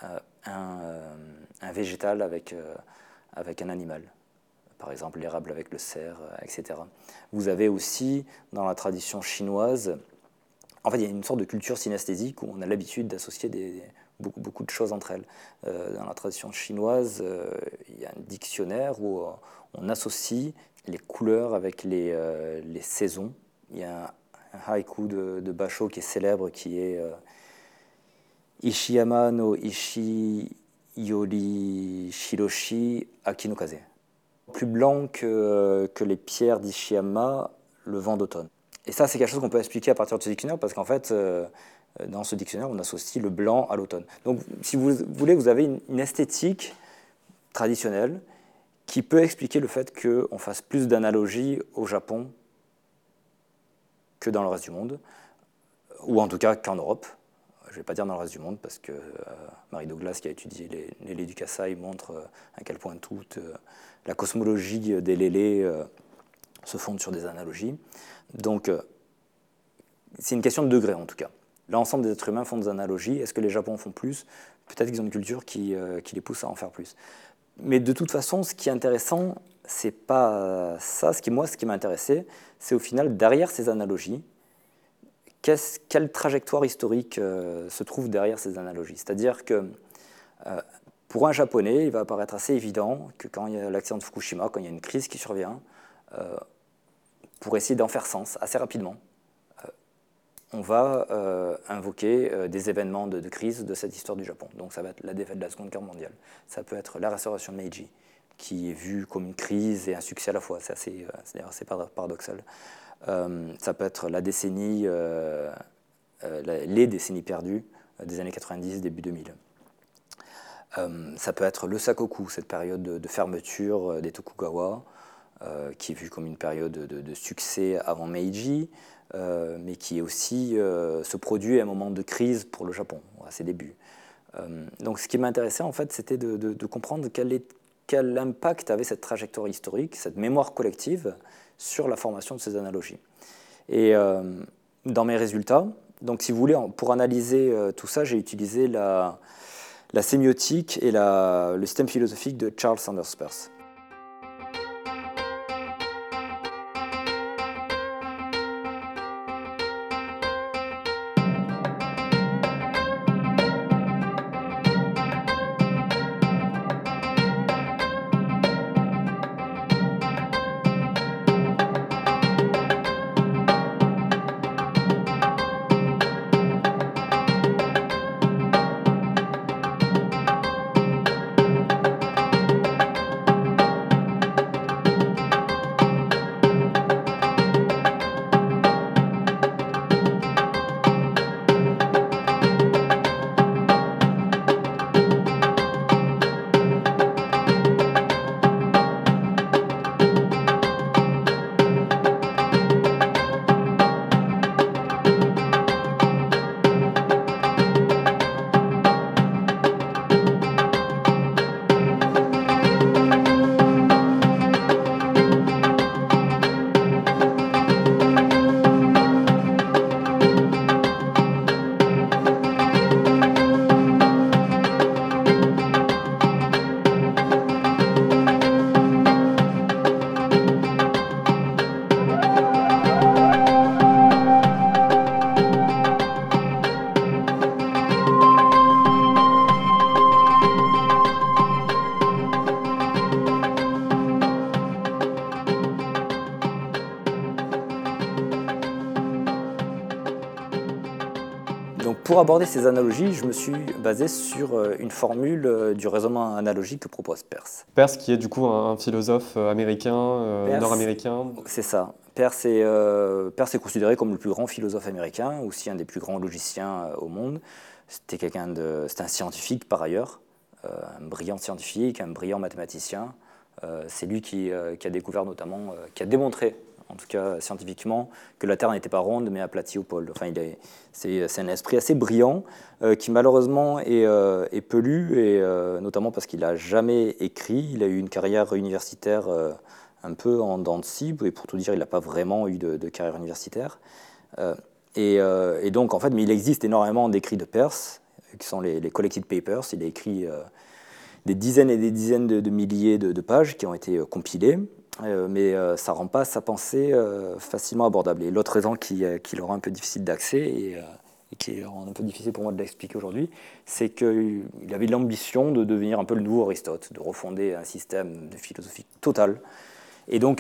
un végétal avec un animal. Par exemple, l'érable avec le cerf, etc. Vous avez aussi, dans la tradition chinoise, en fait, il y a une sorte de culture synesthésique où on a l'habitude d'associer beaucoup de choses entre elles. Dans la tradition chinoise, il y a un dictionnaire où on associe les couleurs avec les saisons. Il y a un haïku de Basho qui est célèbre, qui est Ishiyama no ishi yori shiroshi aki no kaze. Plus blanc que les pierres d'Ishiyama, le vent d'automne. Et ça, c'est quelque chose qu'on peut expliquer à partir de ce dictionnaire, parce qu'en fait, dans ce dictionnaire, on associe le blanc à l'automne. Donc, si vous voulez, vous avez une esthétique traditionnelle qui peut expliquer le fait qu'on fasse plus d'analogies au Japon que dans le reste du monde, ou en tout cas qu'en Europe. Je ne vais pas dire dans le reste du monde, parce que Marie Douglas, qui a étudié les lélés du Kassai, montre à quel point toute la cosmologie des lélés se fonde sur des analogies. Donc, c'est une question de degré, en tout cas. L'ensemble des êtres humains font des analogies. Est-ce que les Japons font plus? Peut-être qu'ils ont une culture qui les pousse à en faire plus. Mais de toute façon, ce qui est intéressant, c'est pas ça. Ce qui m'a intéressé, c'est au final, derrière ces analogies, quelle trajectoire historique se trouve derrière ces analogies. C'est-à-dire que pour un Japonais, il va apparaître assez évident que quand il y a l'accident de Fukushima, quand il y a une crise qui survient, pour essayer d'en faire sens assez rapidement, on va invoquer des événements de crise de cette histoire du Japon. Donc ça va être la défaite de la Seconde Guerre mondiale, ça peut être la restauration de Meiji, qui est vue comme une crise et un succès à la fois, c'est assez paradoxal. Ça peut être la décennie, les décennies perdues des années 90, début 2000. Ça peut être le Sakoku, cette période de fermeture des Tokugawa, qui est vue comme une période de succès avant Meiji, mais qui est aussi se produit à un moment de crise pour le Japon, à ses débuts. Donc ce qui m'intéressait, en fait, c'était de comprendre quel impact avait cette trajectoire historique, cette mémoire collective, sur la formation de ces analogies. Et dans mes résultats, donc si vous voulez, pour analyser tout ça, j'ai utilisé la sémiotique et le système philosophique de Charles Sanders Peirce. pour aborder ces analogies, je me suis basé sur une formule du raisonnement analogique que propose Peirce. Peirce, qui est du coup un philosophe américain, Peirce, nord-américain. C'est ça. Peirce est considéré comme le plus grand philosophe américain, aussi un des plus grands logiciens au monde. C'était un scientifique par ailleurs, un brillant scientifique, un brillant mathématicien. C'est lui qui a découvert notamment, qui a démontré, en tout cas scientifiquement, que la Terre n'était pas ronde mais aplatie au pôle. Enfin, c'est un esprit assez brillant qui malheureusement est peu lu, et notamment parce qu'il n'a jamais écrit. Il a eu une carrière universitaire un peu en dents de scie, et pour tout dire, il n'a pas vraiment eu de carrière universitaire. Et donc, en fait, mais il existe énormément d'écrits de Peirce, qui sont les collected papers. Il a écrit des dizaines et des dizaines de milliers de pages qui ont été compilées, mais ça ne rend pas sa pensée facilement abordable. Et l'autre raison qui le rend un peu difficile d'accès, et qui rend un peu difficile pour moi de l'expliquer aujourd'hui, c'est qu'il avait l'ambition de devenir un peu le nouveau Aristote, de refonder un système de philosophie totale. Et donc,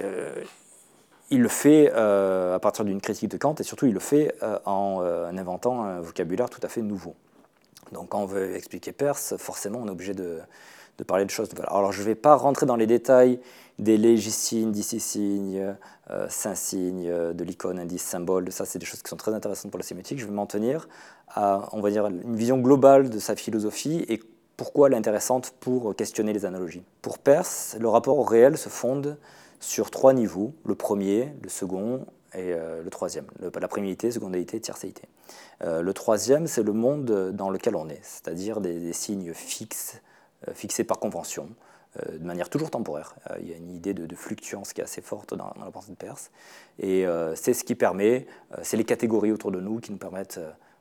il le fait à partir d'une critique de Kant, et surtout il le fait en inventant un vocabulaire tout à fait nouveau. Donc quand on veut expliquer Peirce, forcément on est obligé de parler de choses nouvelles. Alors je ne vais pas rentrer dans les détails des légisignes, dicisignes, synsignes, de l'icône, indice, symbole. Ça, c'est des choses qui sont très intéressantes pour la sémiotique. Je vais m'en tenir à, on va dire, une vision globale de sa philosophie et pourquoi elle est intéressante pour questionner les analogies. Pour Peirce, le rapport au réel se fonde sur 3 niveaux, le premier, le second et le troisième. La primité, secondaïté, tiercéité. Le troisième, c'est le monde dans lequel on est, c'est-à-dire des signes fixes, fixés par convention, de manière toujours temporaire. Il y a une idée de fluctuance qui est assez forte dans la pensée de Peirce. Et c'est ce qui permet, c'est les catégories autour de nous qui nous permettent,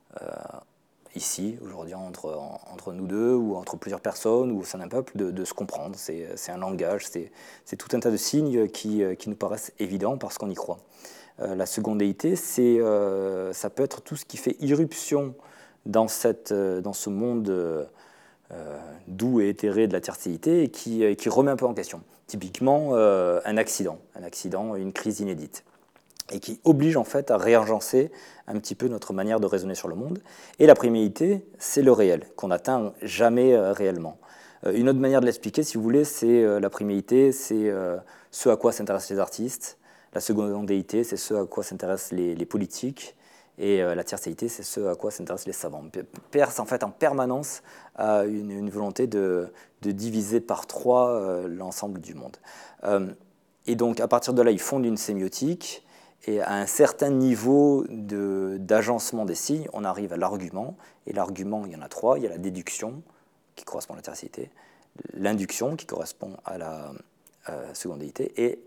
ici, aujourd'hui, entre nous deux, ou entre plusieurs personnes, ou au sein d'un peuple, de se comprendre. C'est un langage, c'est tout un tas de signes qui nous paraissent évidents parce qu'on y croit. La secondéité, ça peut être tout ce qui fait irruption dans ce monde doux et éthéré de la tiercéité et qui remet un peu en question. Typiquement, un accident, une crise inédite, et qui oblige en fait à réagencer un petit peu notre manière de raisonner sur le monde. Et la priméité, c'est le réel, qu'on n'atteint jamais réellement. Une autre manière de l'expliquer, si vous voulez, c'est la priméité, c'est ce à quoi s'intéressent les artistes. La secondéité, c'est ce à quoi s'intéressent les politiques. Et la tiercéité, c'est ce à quoi s'intéressent les savants. Peirce, en fait, en permanence, a une volonté de diviser par 3 l'ensemble du monde. Et donc, à partir de là, il fonde une sémiotique. Et à un certain niveau d'agencement des signes, on arrive à l'argument. Et l'argument, il y en a 3. Il y a la déduction, qui correspond à la tiercéité, l'induction, qui correspond à la secondéité, et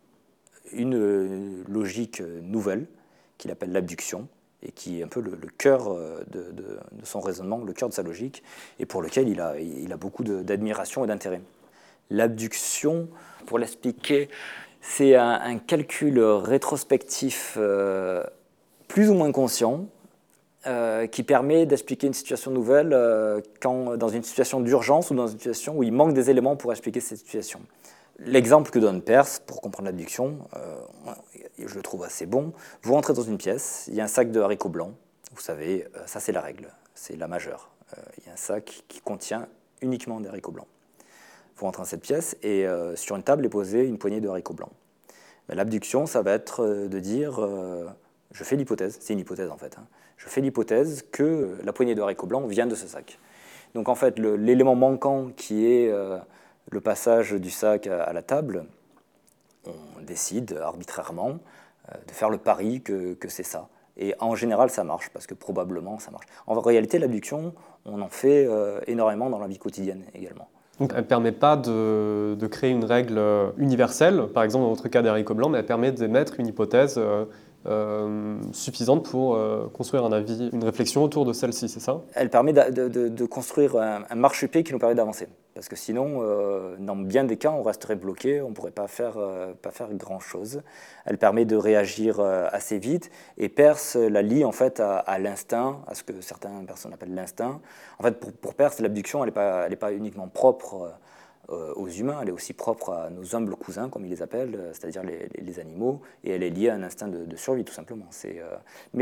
une logique nouvelle, qu'il appelle l'abduction, et qui est un peu le cœur de son raisonnement, le cœur de sa logique, et pour lequel il a beaucoup d'admiration et d'intérêt. L'abduction, pour l'expliquer, c'est un calcul rétrospectif plus ou moins conscient qui permet d'expliquer une situation nouvelle dans une situation d'urgence ou dans une situation où il manque des éléments pour expliquer cette situation. L'exemple que donne Peirce pour comprendre l'abduction, je le trouve assez bon. Vous rentrez dans une pièce, il y a un sac de haricots blancs, vous savez, ça c'est la règle, c'est la majeure. Il y a un sac qui contient uniquement des haricots blancs. Vous rentrez dans cette pièce et sur une table est posée une poignée de haricots blancs. Mais l'abduction, ça va être de dire, je fais l'hypothèse, c'est une hypothèse en fait, je fais l'hypothèse que la poignée de haricots blancs vient de ce sac. Donc en fait, l'élément manquant qui est le passage du sac à la table, on décide arbitrairement de faire le pari que c'est ça. Et en général, ça marche, parce que probablement ça marche. En réalité, l'abduction, on en fait énormément dans la vie quotidienne également. Donc elle ne permet pas de créer une règle universelle, par exemple dans notre cas des haricots blancs, mais elle permet d'émettre une hypothèse suffisante pour construire un avis, une réflexion autour de celle-ci, c'est ça? Elle permet de construire un marchepied qui nous permet d'avancer. Parce que sinon, dans bien des cas, on resterait bloqué, on ne pourrait pas faire grand-chose. Elle permet de réagir assez vite, et Peirce la lie en fait à l'instinct, à ce que certaines personnes appellent l'instinct. En fait, pour Peirce, l'abduction, elle n'est pas uniquement propre aux humains, elle est aussi propre à nos humbles cousins, comme ils les appellent, c'est-à-dire les animaux, et elle est liée à un instinct de survie, tout simplement. Mais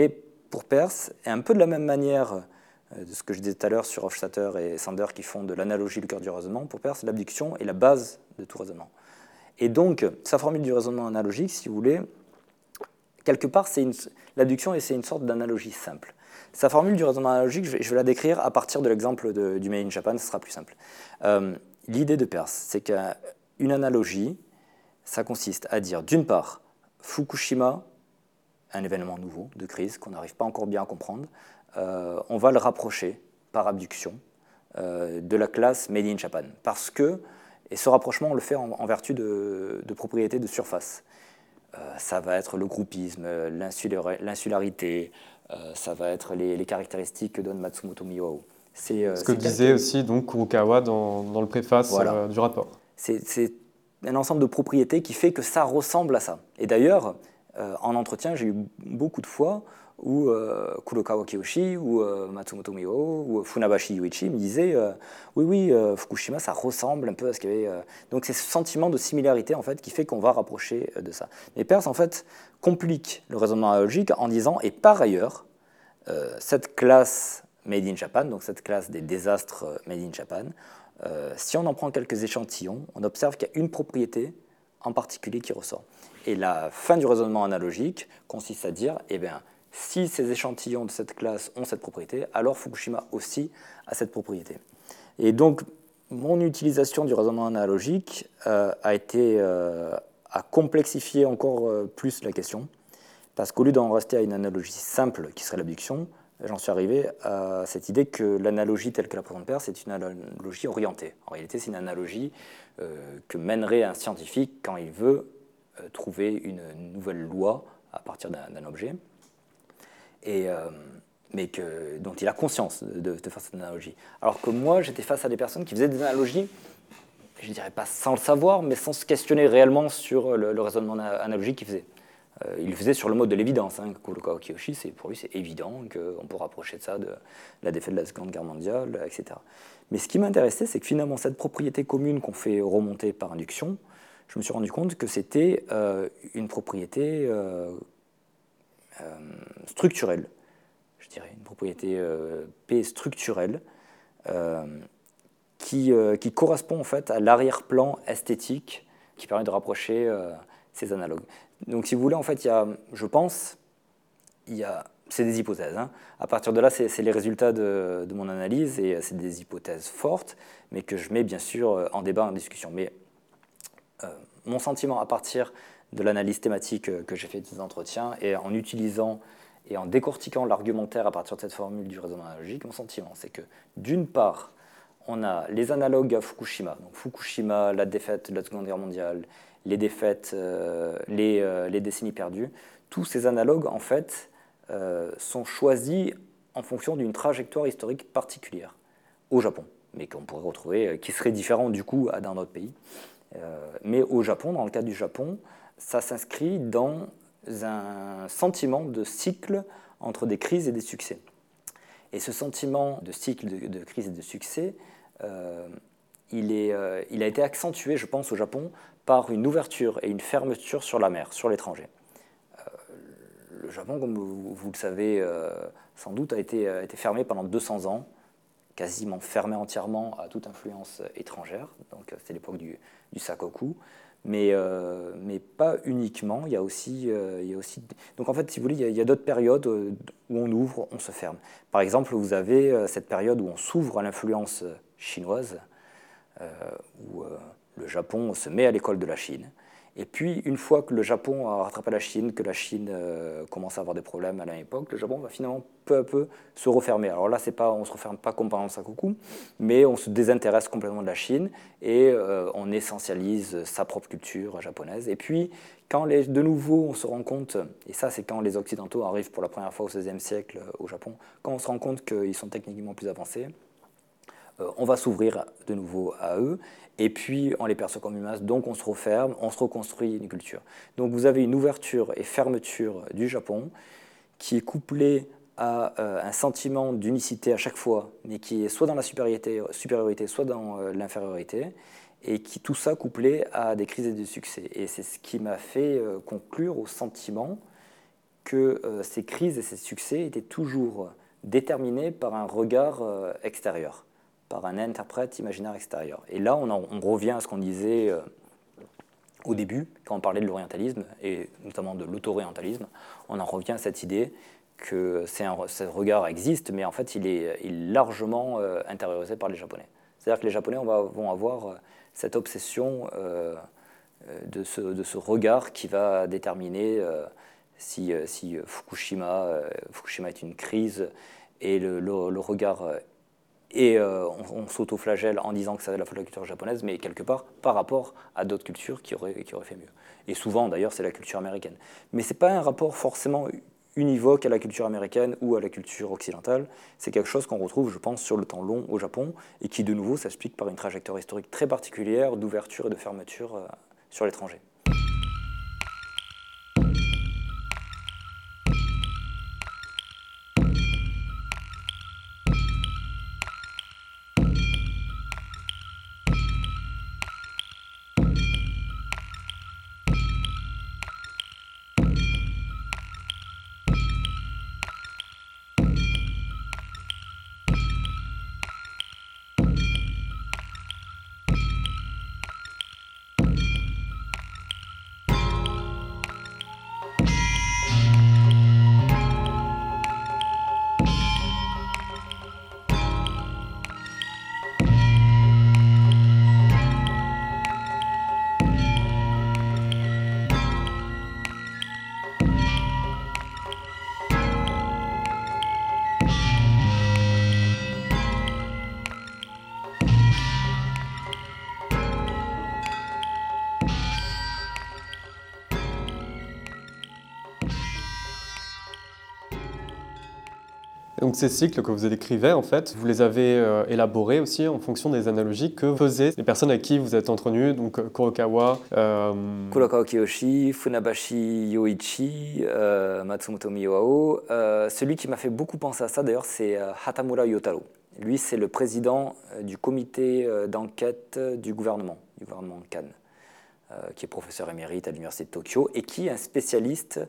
pour Peirce, et un peu de la même manière de ce que je disais tout à l'heure sur Hofstadter et Sander qui font de l'analogie le cœur du raisonnement, pour Peirce, l'abduction est la base de tout raisonnement. Et donc, sa formule du raisonnement analogique, si vous voulez, quelque part, l'abduction, c'est une sorte d'analogie simple. Sa formule du raisonnement analogique, je vais la décrire à partir de l'exemple du Made in Japan, ce sera plus simple. L'idée de Peirce, c'est qu'une analogie, ça consiste à dire, d'une part, Fukushima, un événement nouveau de crise qu'on n'arrive pas encore bien à comprendre, on va le rapprocher par abduction de la classe Made in Japan. Parce que, et ce rapprochement, on le fait en vertu de propriétés de surface. Ça va être le groupisme, l'insularité, ça va être les caractéristiques que donne Matsumoto Miwao. Ce que disait aussi donc Kurokawa dans le préface du rapport. C'est un ensemble de propriétés qui fait que ça ressemble à ça. Et d'ailleurs, en entretien, j'ai eu beaucoup de fois où Kurokawa Kiyoshi, ou Matsumoto Miwao, ou Funabashi Yuichi me disaient oui, Fukushima, ça ressemble un peu à ce qu'il y avait. Donc c'est ce sentiment de similarité en fait, qui fait qu'on va rapprocher de ça. Mais Peirce, en fait, complique le raisonnement analogique en disant, et par ailleurs, cette classe Made in Japan, donc cette classe des désastres Made in Japan, si on en prend quelques échantillons, on observe qu'il y a une propriété en particulier qui ressort. Et la fin du raisonnement analogique consiste à dire, eh bien, si ces échantillons de cette classe ont cette propriété, alors Fukushima aussi a cette propriété. Et donc, mon utilisation du raisonnement analogique a complexifié encore plus la question, parce qu'au lieu d'en rester à une analogie simple qui serait l'abduction, j'en suis arrivé à cette idée que l'analogie telle que la présente Peirce, c'est une analogie orientée. En réalité, c'est une analogie que mènerait un scientifique quand il veut trouver une nouvelle loi à partir d'un objet, mais dont il a conscience de faire cette analogie. Alors que moi, j'étais face à des personnes qui faisaient des analogies, je ne dirais pas sans le savoir, mais sans se questionner réellement sur le raisonnement analogique qu'ils faisaient. Il le faisait sur le mode de l'évidence. Kurokawa Kiyoshi, pour lui, c'est évident qu'on peut rapprocher de ça de la défaite de la Seconde Guerre mondiale, etc. Mais ce qui m'intéressait, c'est que finalement, cette propriété commune qu'on fait remonter par induction, je me suis rendu compte que c'était une propriété structurelle, je dirais, une propriété P structurelle, qui correspond en fait à l'arrière-plan esthétique qui permet de rapprocher ces analogues. Donc si vous voulez, en fait, c'est des hypothèses. À partir de là, c'est les résultats de mon analyse, et c'est des hypothèses fortes, mais que je mets bien sûr en débat, en discussion. Mais mon sentiment à partir de l'analyse thématique que j'ai fait des entretiens, et en utilisant et en décortiquant l'argumentaire à partir de cette formule du raisonnement analogique, mon sentiment, c'est que d'une part, on a les analogues à Fukushima. Donc Fukushima, la défaite de la Seconde Guerre mondiale, les défaites, les décennies perdues. Tous ces analogues, en fait, sont choisis en fonction d'une trajectoire historique particulière au Japon, mais qu'on pourrait retrouver, qui serait différent du coup dans d'autres pays. Mais au Japon, dans le cas du Japon, ça s'inscrit dans un sentiment de cycle entre des crises et des succès. Et ce sentiment de cycle de crise et de succès, il a été accentué, je pense, au Japon, par une ouverture et une fermeture sur la mer, sur l'étranger. Le Japon, comme vous le savez sans doute, a été fermé pendant 200 ans, quasiment fermé entièrement à toute influence étrangère. Donc c'était l'époque du Sakoku, mais pas uniquement. Il y a aussi donc en fait, si vous voulez, il y a d'autres périodes où on ouvre, on se ferme. Par exemple, vous avez cette période où on s'ouvre à l'influence chinoise, où le Japon se met à l'école de la Chine. Et puis, une fois que le Japon a rattrapé la Chine, que la Chine commence à avoir des problèmes à l'époque, le Japon va finalement peu à peu se refermer. Alors là, on ne se referme pas comme pendant le Sakoku, mais on se désintéresse complètement de la Chine et on essentialise sa propre culture japonaise. Et puis, quand de nouveau on se rend compte, et ça c'est quand les Occidentaux arrivent pour la première fois au XVIe siècle au Japon, quand on se rend compte qu'ils sont techniquement plus avancés, on va s'ouvrir de nouveau à eux, et puis on les perçoit comme une masse, donc on se referme, on se reconstruit une culture. Donc vous avez une ouverture et fermeture du Japon qui est couplée à un sentiment d'unicité à chaque fois, mais qui est soit dans la supériorité, soit dans l'infériorité, et qui tout ça couplé à des crises et des succès. Et c'est ce qui m'a fait conclure au sentiment que ces crises et ces succès étaient toujours déterminés par un regard extérieur, par un interprète imaginaire extérieur. Et là, on revient à ce qu'on disait au début, quand on parlait de l'orientalisme, et notamment de l'auto-orientalisme, on en revient à cette idée que ce regard existe, mais en fait, il est largement intériorisé par les Japonais. C'est-à-dire que les Japonais vont avoir cette obsession de ce regard qui va déterminer si Fukushima est une crise, et le regard et on s'auto-flagelle en disant que c'est la faute de la culture japonaise, mais quelque part par rapport à d'autres cultures qui auraient fait mieux. Et souvent, d'ailleurs, c'est la culture américaine. Mais ce n'est pas un rapport forcément univoque à la culture américaine ou à la culture occidentale. C'est quelque chose qu'on retrouve, je pense, sur le temps long au Japon, et qui, de nouveau, s'explique par une trajectoire historique très particulière d'ouverture et de fermeture sur l'étranger. Donc ces cycles que vous décrivez, en fait, vous les avez élaborés aussi en fonction des analogies que faisaient les personnes avec qui vous êtes entretenus, donc Kurokawa, Kurokawa Kiyoshi, Funabashi Yoichi, Matsumoto Miyao. Celui qui m'a fait beaucoup penser à ça, d'ailleurs, c'est Hatamura Yotaro. Lui, c'est le président du comité d'enquête du gouvernement Cannes, qui est professeur émérite à l'université de Tokyo et qui est un spécialiste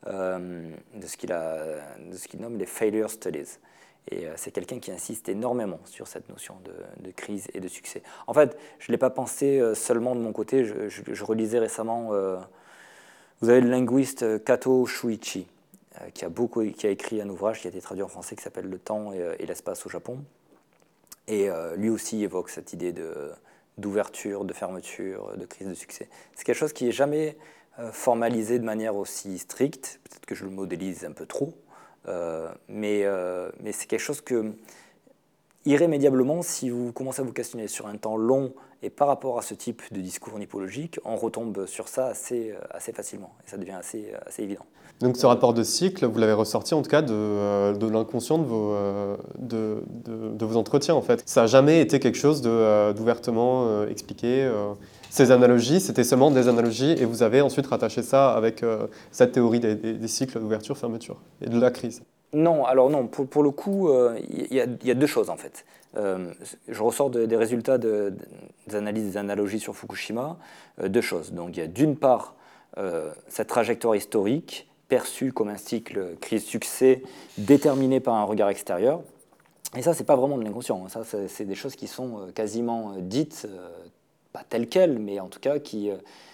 de ce qu'il nomme les failure studies. Et c'est quelqu'un qui insiste énormément sur cette notion de crise et de succès. En fait, je ne l'ai pas pensé seulement de mon côté. Je relisais récemment, vous avez le linguiste Kato Shuichi, qui a écrit un ouvrage qui a été traduit en français qui s'appelle Le temps et l'espace au Japon. Et lui aussi évoque cette idée d'ouverture, de fermeture, de crise de succès. C'est quelque chose qui n'est jamais formalisé de manière aussi stricte. Peut-être que je le modélise un peu trop. Mais c'est quelque chose que, irrémédiablement, si vous commencez à vous questionner sur un temps long et par rapport à ce type de discours nipologique, on retombe sur ça assez facilement et ça devient assez évident. Donc ce rapport de cycle, vous l'avez ressorti en tout cas de l'inconscient de vos entretiens en fait. Ça n'a jamais été quelque chose d'ouvertement expliqué. Ces analogies, c'était seulement des analogies et vous avez ensuite rattaché ça avec cette théorie des cycles d'ouverture-fermeture et de la crise. Non, alors non, pour le coup, il y a deux choses en fait. Je ressors des résultats des analyses des analogies sur Fukushima, deux choses. Donc il y a d'une part cette trajectoire historique perçue comme un cycle crise-succès déterminé par un regard extérieur. Et ça, c'est pas vraiment de l'inconscient. Ça, c'est des choses qui sont quasiment dites, pas telles quelles, mais en tout cas qui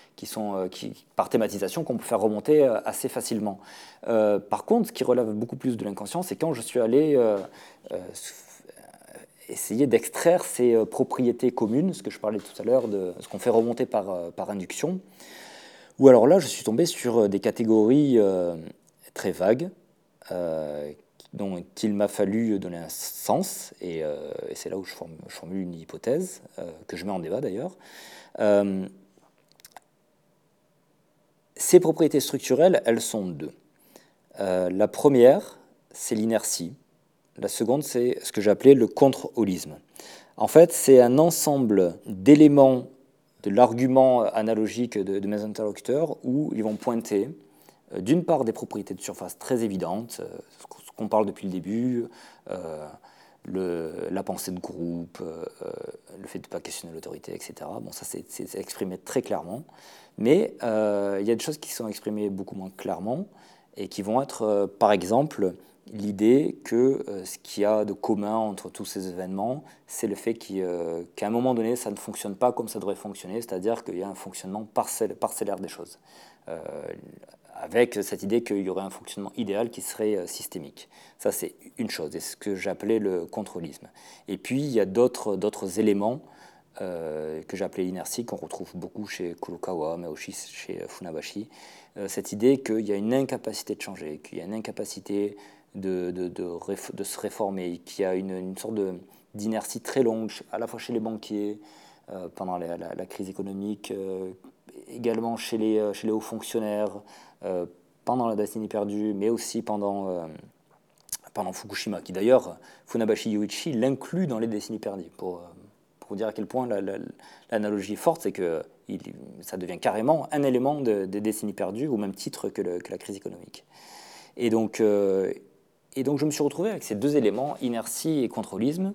par thématisation, qu'on peut faire remonter assez facilement. Par contre, ce qui relève beaucoup plus de l'inconscient, c'est quand je suis allé essayer d'extraire ces propriétés communes, ce que je parlais tout à l'heure, de ce qu'on fait remonter par induction, ou alors là, je suis tombé sur des catégories très vagues, dont il m'a fallu donner un sens, et c'est là où je formule une hypothèse, que je mets en débat d'ailleurs. Ces propriétés structurelles, elles sont deux. La première, c'est l'inertie. La seconde, c'est ce que j'appelais le contre-holisme. En fait, c'est un ensemble d'éléments de l'argument analogique de mes interlocuteurs où ils vont pointer, d'une part, des propriétés de surface très évidentes, ce qu'on parle depuis le début, la pensée de groupe, le fait de ne pas questionner l'autorité, etc. Bon, ça, c'est exprimé très clairement. Mais il y a des choses qui sont exprimées beaucoup moins clairement. et qui vont être, par exemple, l'idée que ce qu'il y a de commun entre tous ces événements, c'est le fait qu'à un moment donné, ça ne fonctionne pas comme ça devrait fonctionner, c'est-à-dire qu'il y a un fonctionnement parcellaire des choses, avec cette idée qu'il y aurait un fonctionnement idéal qui serait systémique. Ça, c'est une chose, et c'est ce que j'appelais le contrôlisme. Et puis, il y a d'autres éléments que j'appelais l'inertie, qu'on retrouve beaucoup chez Kurokawa, mais aussi chez Funabashi, cette idée qu'il y a une incapacité de changer, qu'il y a une incapacité de se réformer, qu'il y a une sorte d'inertie très longue, à la fois chez les banquiers, pendant la crise économique, également chez les hauts fonctionnaires, pendant la décennie perdue, mais aussi pendant Fukushima, qui d'ailleurs, Funabashi Yoichi l'inclut dans les décennies perdues, pour vous dire à quel point l'analogie est forte, c'est que ça devient carrément un élément des décennies perdues, au même titre que la crise économique. Et donc, je me suis retrouvé avec ces deux éléments, inertie et contrôlisme.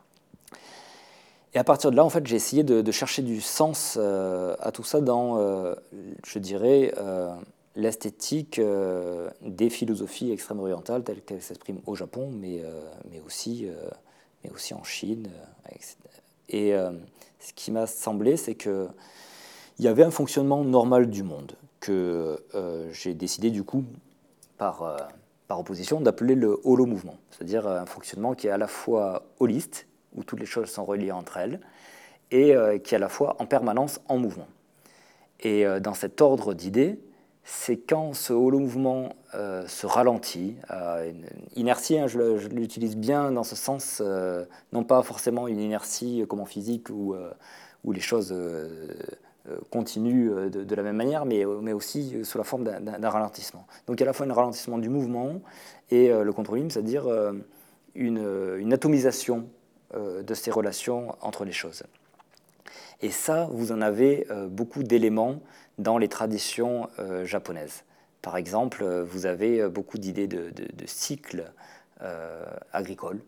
Et à partir de là, en fait, j'ai essayé de chercher du sens à tout ça dans, je dirais, l'esthétique des philosophies extrême-orientales telles qu'elles s'expriment au Japon, mais aussi en Chine. Et ce qui m'a semblé, c'est qu'il y avait un fonctionnement normal du monde que j'ai décidé du coup, par opposition, d'appeler le holo-mouvement, c'est-à-dire un fonctionnement qui est à la fois holiste, où toutes les choses sont reliées entre elles, et qui est à la fois en permanence en mouvement. Et dans cet ordre d'idées, c'est quand ce holo-mouvement se ralentit, une inertie, hein, je l'utilise bien dans ce sens, non pas forcément une inertie comme en physique où les choses continuent de la même manière, mais aussi sous la forme d'un ralentissement. Donc il y a à la fois un ralentissement du mouvement et le contrôlisme, c'est-à-dire une atomisation de ces relations entre les choses. Et ça, vous en avez beaucoup d'éléments dans les traditions japonaises. Par exemple, vous avez beaucoup d'idées de cycles agricoles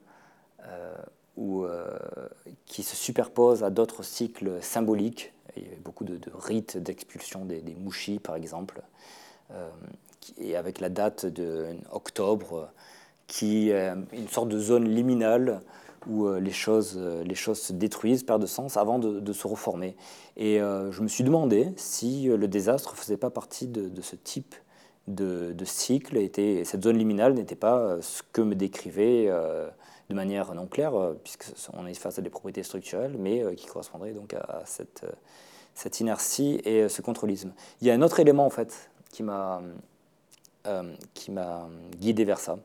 qui se superposent à d'autres cycles symboliques. Il y a beaucoup de rites d'expulsion des mushi, par exemple, et avec la date d'octobre, qui est une sorte de zone liminale où les choses se détruisent, perdent de sens avant de se reformer. Et je me suis demandé si le désastre ne faisait pas partie de ce type de cycle, et cette zone liminale n'était pas ce que me décrivait de manière non claire, puisqu'on est face à des propriétés structurelles, mais qui correspondraient donc à cette inertie et ce contrôlisme. Il y a un autre élément en fait qui m'a guidé vers ça.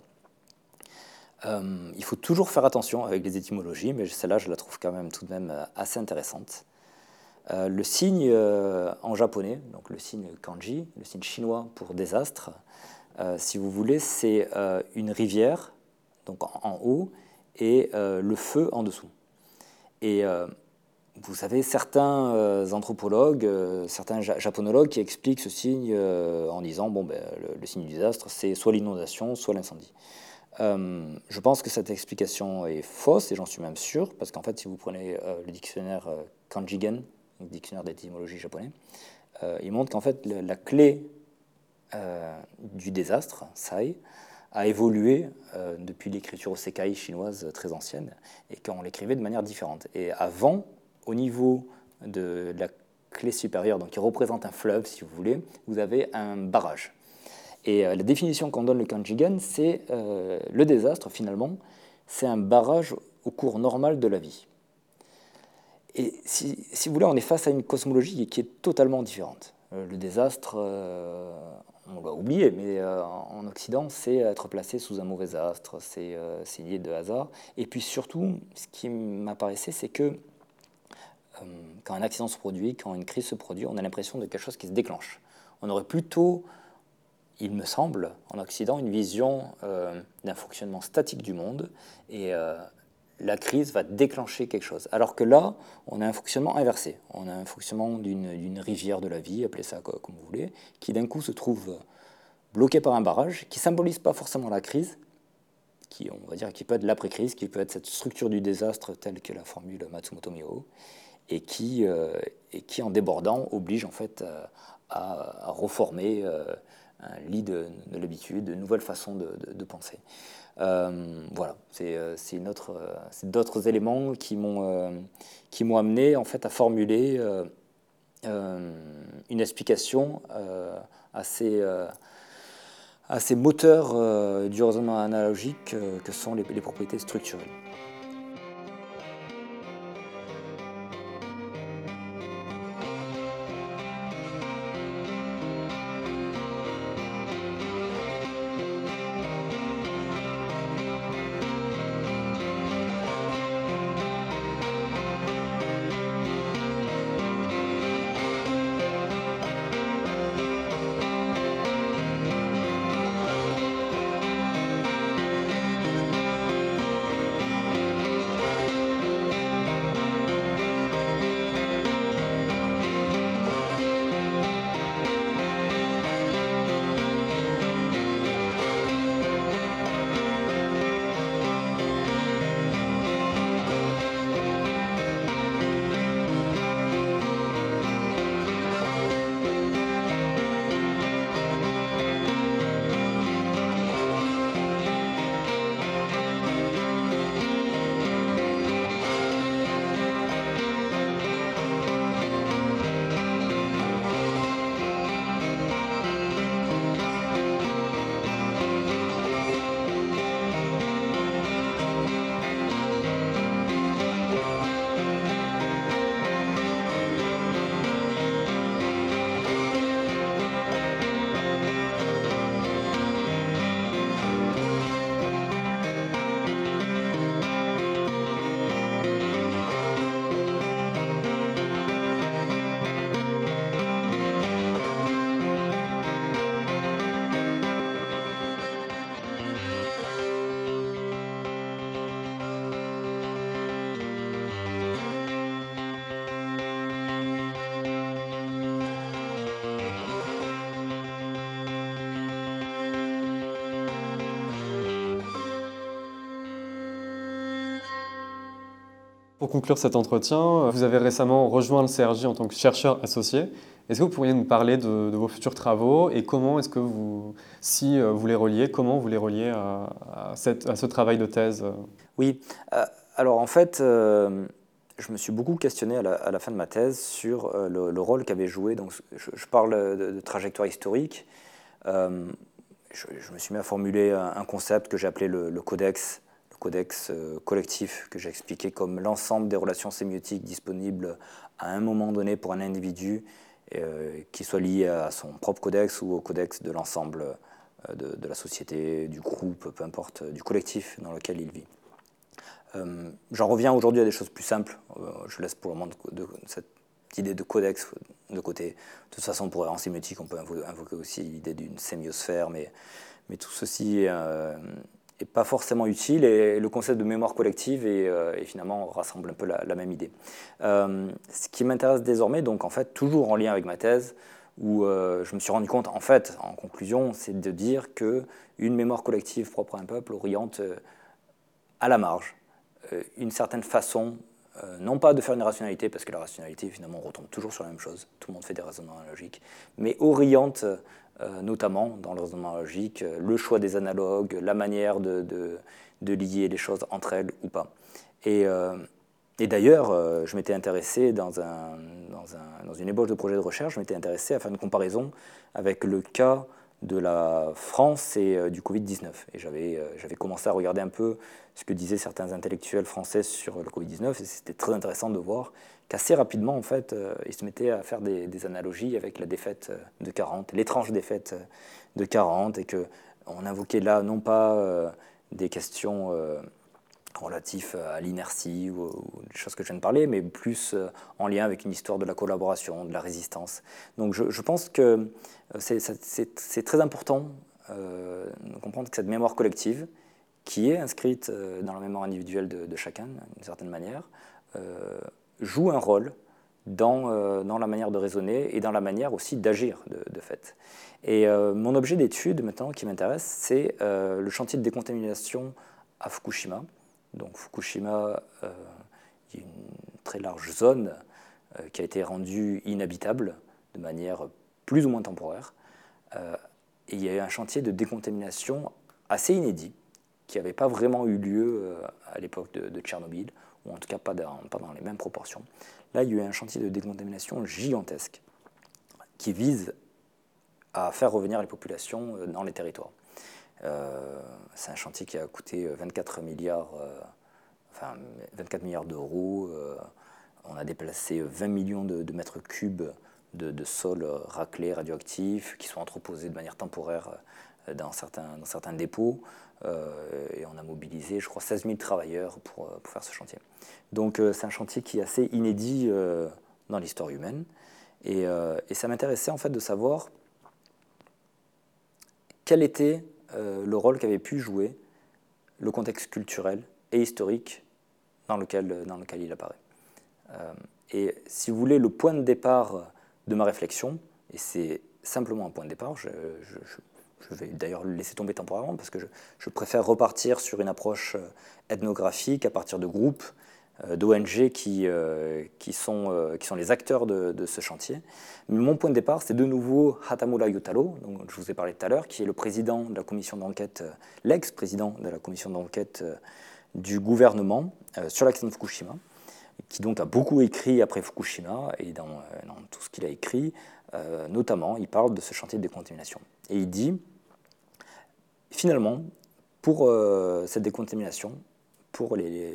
Il faut toujours faire attention avec les étymologies, mais celle-là, je la trouve quand même tout de même assez intéressante. Le signe en japonais, donc le signe kanji, le signe chinois pour désastre, si vous voulez, c'est une rivière, donc en haut, et le feu en dessous. Et vous savez, certains anthropologues, certains japonologues qui expliquent ce signe en disant le signe du désastre, c'est soit l'inondation, soit l'incendie. Je pense que cette explication est fausse, et j'en suis même sûr, parce qu'en fait, si vous prenez le dictionnaire Kanjigen, le dictionnaire d'étymologie japonais, il montre qu'en fait, la clé du désastre, sai, a évolué depuis l'écriture osekai chinoise très ancienne, et qu'on l'écrivait de manière différente. Et avant, au niveau de la clé supérieure, donc qui représente un fleuve, si vous voulez, vous avez un barrage. Et la définition qu'on donne le Kanjigen, c'est le désastre, finalement, c'est un barrage au cours normal de la vie. Et si vous voulez, on est face à une cosmologie qui est totalement différente. Le désastre, on l'a oublié, mais en Occident, c'est être placé sous un mauvais astre, c'est lié de hasard. Et puis surtout, ce qui m'apparaissait, c'est que quand un accident se produit, quand une crise se produit, on a l'impression de quelque chose qui se déclenche. On aurait plutôt, il me semble, en Occident, une vision d'un fonctionnement statique du monde, et la crise va déclencher quelque chose. Alors que là, on a un fonctionnement inversé. On a un fonctionnement d'une rivière de la vie, appelez ça comme vous voulez, qui d'un coup se trouve bloquée par un barrage, qui ne symbolise pas forcément la crise, qui peut être l'après-crise, qui peut être cette structure du désastre telle que la formule Matsumoto Mio, et qui, en débordant, oblige en fait à reformer lit de l'habitude, de nouvelles façons de penser. Voilà, c'est d'autres éléments qui m'ont amené en fait à formuler une explication à ces moteurs du raisonnement analogique que sont les propriétés structurelles. Pour conclure cet entretien, vous avez récemment rejoint le CRJ en tant que chercheur associé. Est-ce que vous pourriez nous parler de vos futurs travaux et comment est-ce que si vous les reliez, comment vous les reliez à ce travail de thèse? Oui, alors en fait, je me suis beaucoup questionné à la fin de ma thèse sur le rôle qu'avait joué, donc je parle de trajectoire historique, je me suis mis à formuler un concept que j'ai appelé le codex collectif, que j'ai expliqué comme l'ensemble des relations sémiotiques disponibles à un moment donné pour un individu, qui soit lié à son propre codex ou au codex de l'ensemble de la société, du groupe, peu importe, du collectif dans lequel il vit. J'en reviens aujourd'hui à des choses plus simples. Je laisse pour le moment cette idée de codex de côté. De toute façon, en sémiotique, on peut invoquer aussi l'idée d'une sémiosphère, mais tout ceci n'est pas forcément utile, et le concept de mémoire collective finalement rassemble un peu la même idée. Ce qui m'intéresse désormais, donc en fait, toujours en lien avec ma thèse, où je me suis rendu compte, en fait, en conclusion, c'est de dire qu'une mémoire collective propre à un peuple oriente à la marge une certaine façon, non pas de faire une rationalité, parce que la rationalité, finalement, on retombe toujours sur la même chose, tout le monde fait des raisonnements analogiques, mais oriente notamment dans le raisonnement analogique le choix des analogues, la manière de lier les choses entre elles ou pas. Et d'ailleurs, je m'étais intéressé dans une ébauche de projet de recherche, je m'étais intéressé à faire une comparaison avec le cas de la France et du Covid-19. Et j'avais commencé à regarder un peu ce que disaient certains intellectuels français sur le Covid-19, et c'était très intéressant de voir qu'assez rapidement, en fait, ils se mettaient à faire des analogies avec la défaite de 40, l'étrange défaite de 40, et qu'on invoquait là non pas des questions relatives à l'inertie ou des choses que je viens de parler, mais plus en lien avec une histoire de la collaboration, de la résistance. Donc je pense que c'est très important de comprendre que cette mémoire collective, qui est inscrite dans la mémoire individuelle de chacun, d'une certaine manière, joue un rôle dans la manière de raisonner et dans la manière aussi d'agir, de fait. Et mon objet d'étude, maintenant, qui m'intéresse, c'est le chantier de décontamination à Fukushima. Donc Fukushima, une très large zone qui a été rendue inhabitable de manière plus ou moins temporaire, Et il y a eu un chantier de décontamination assez inédit, qui n'avait pas vraiment eu lieu à l'époque de Tchernobyl, ou en tout cas pas dans les mêmes proportions. Là, il y a eu un chantier de décontamination gigantesque, qui vise à faire revenir les populations dans les territoires. C'est un chantier qui a coûté 24 milliards d'euros. On a déplacé 20 millions de mètres cubes de sol raclés, radioactifs, qui sont entreposés de manière temporaire dans certains dépôts. Et on a mobilisé, je crois, 16 000 travailleurs pour faire ce chantier. Donc c'est un chantier qui est assez inédit dans l'histoire humaine. Et ça m'intéressait en fait de savoir quel était le rôle qu'avait pu jouer le contexte culturel et historique dans lequel il apparaît. Et si vous voulez, le point de départ de ma réflexion, et c'est simplement un point de départ, je vais d'ailleurs le laisser tomber temporairement parce que je préfère repartir sur une approche ethnographique à partir de groupes, d'ONG qui sont les acteurs de ce chantier. Mais mon point de départ, c'est de nouveau Hatamura Yutaro, dont je vous ai parlé tout à l'heure, qui est le président de la commission d'enquête, l'ex-président de la commission d'enquête du gouvernement sur l'accident de Fukushima, qui donc a beaucoup écrit après Fukushima, et dans tout ce qu'il a écrit, notamment, il parle de ce chantier de décontamination. Et il dit, finalement, pour cette décontamination, pour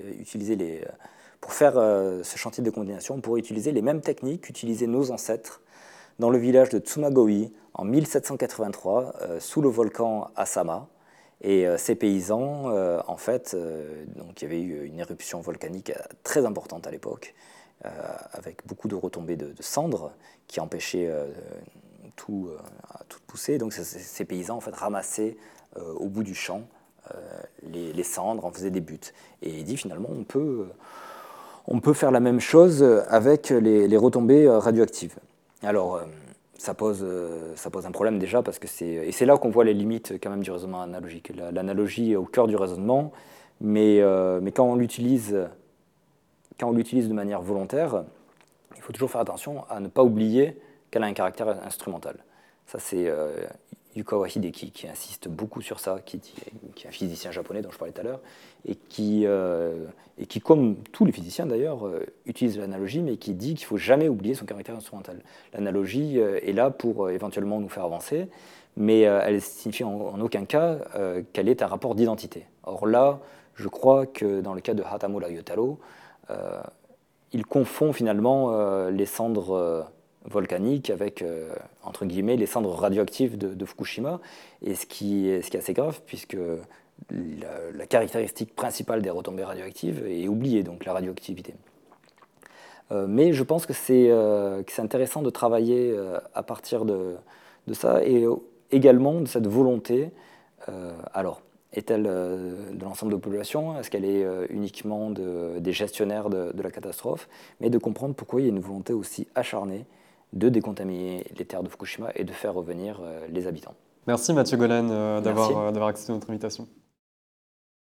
faire ce chantier de décontamination, on pourrait utiliser les mêmes techniques qu'utilisaient nos ancêtres dans le village de Tsumagoi en 1783, sous le volcan Asama. Et ces paysans, en fait, donc il y avait eu une éruption volcanique très importante à l'époque, avec beaucoup de retombées de cendres qui empêchaient tout de pousser. Donc ces paysans, en fait, ramassaient au bout du champ les cendres, en faisaient des buttes. Et il dit finalement, on peut faire la même chose avec les retombées radioactives. Alors, ça pose un problème déjà, parce que c'est là qu'on voit les limites quand même du raisonnement analogique. L'analogie est au cœur du raisonnement, mais quand on l'utilise de manière volontaire, il faut toujours faire attention à ne pas oublier qu'elle a un caractère instrumental. Ça, c'est Yukawa Hideki qui insiste beaucoup sur ça, qui est un physicien japonais dont je parlais tout à l'heure, et qui, comme tous les physiciens d'ailleurs, utilise l'analogie, mais qui dit qu'il ne faut jamais oublier son caractère instrumental. L'analogie est là pour éventuellement nous faire avancer, mais elle ne signifie en aucun cas qu'elle est un rapport d'identité. Or là, je crois que dans le cas de Hatamura Yutaro, il confond finalement les cendres volcaniques avec, entre guillemets, les cendres radioactives de Fukushima, et ce qui est assez grave, puisque la caractéristique principale des retombées radioactives est oubliée, donc la radioactivité. Mais je pense que c'est intéressant de travailler à partir de ça, et également de cette volonté. Alors, est-elle de l'ensemble de la population? Est-ce qu'elle est uniquement des gestionnaires de la catastrophe? Mais de comprendre pourquoi il y a une volonté aussi acharnée de décontaminer les terres de Fukushima et de faire revenir les habitants. Merci Mathieu Golen d'avoir accepté notre invitation.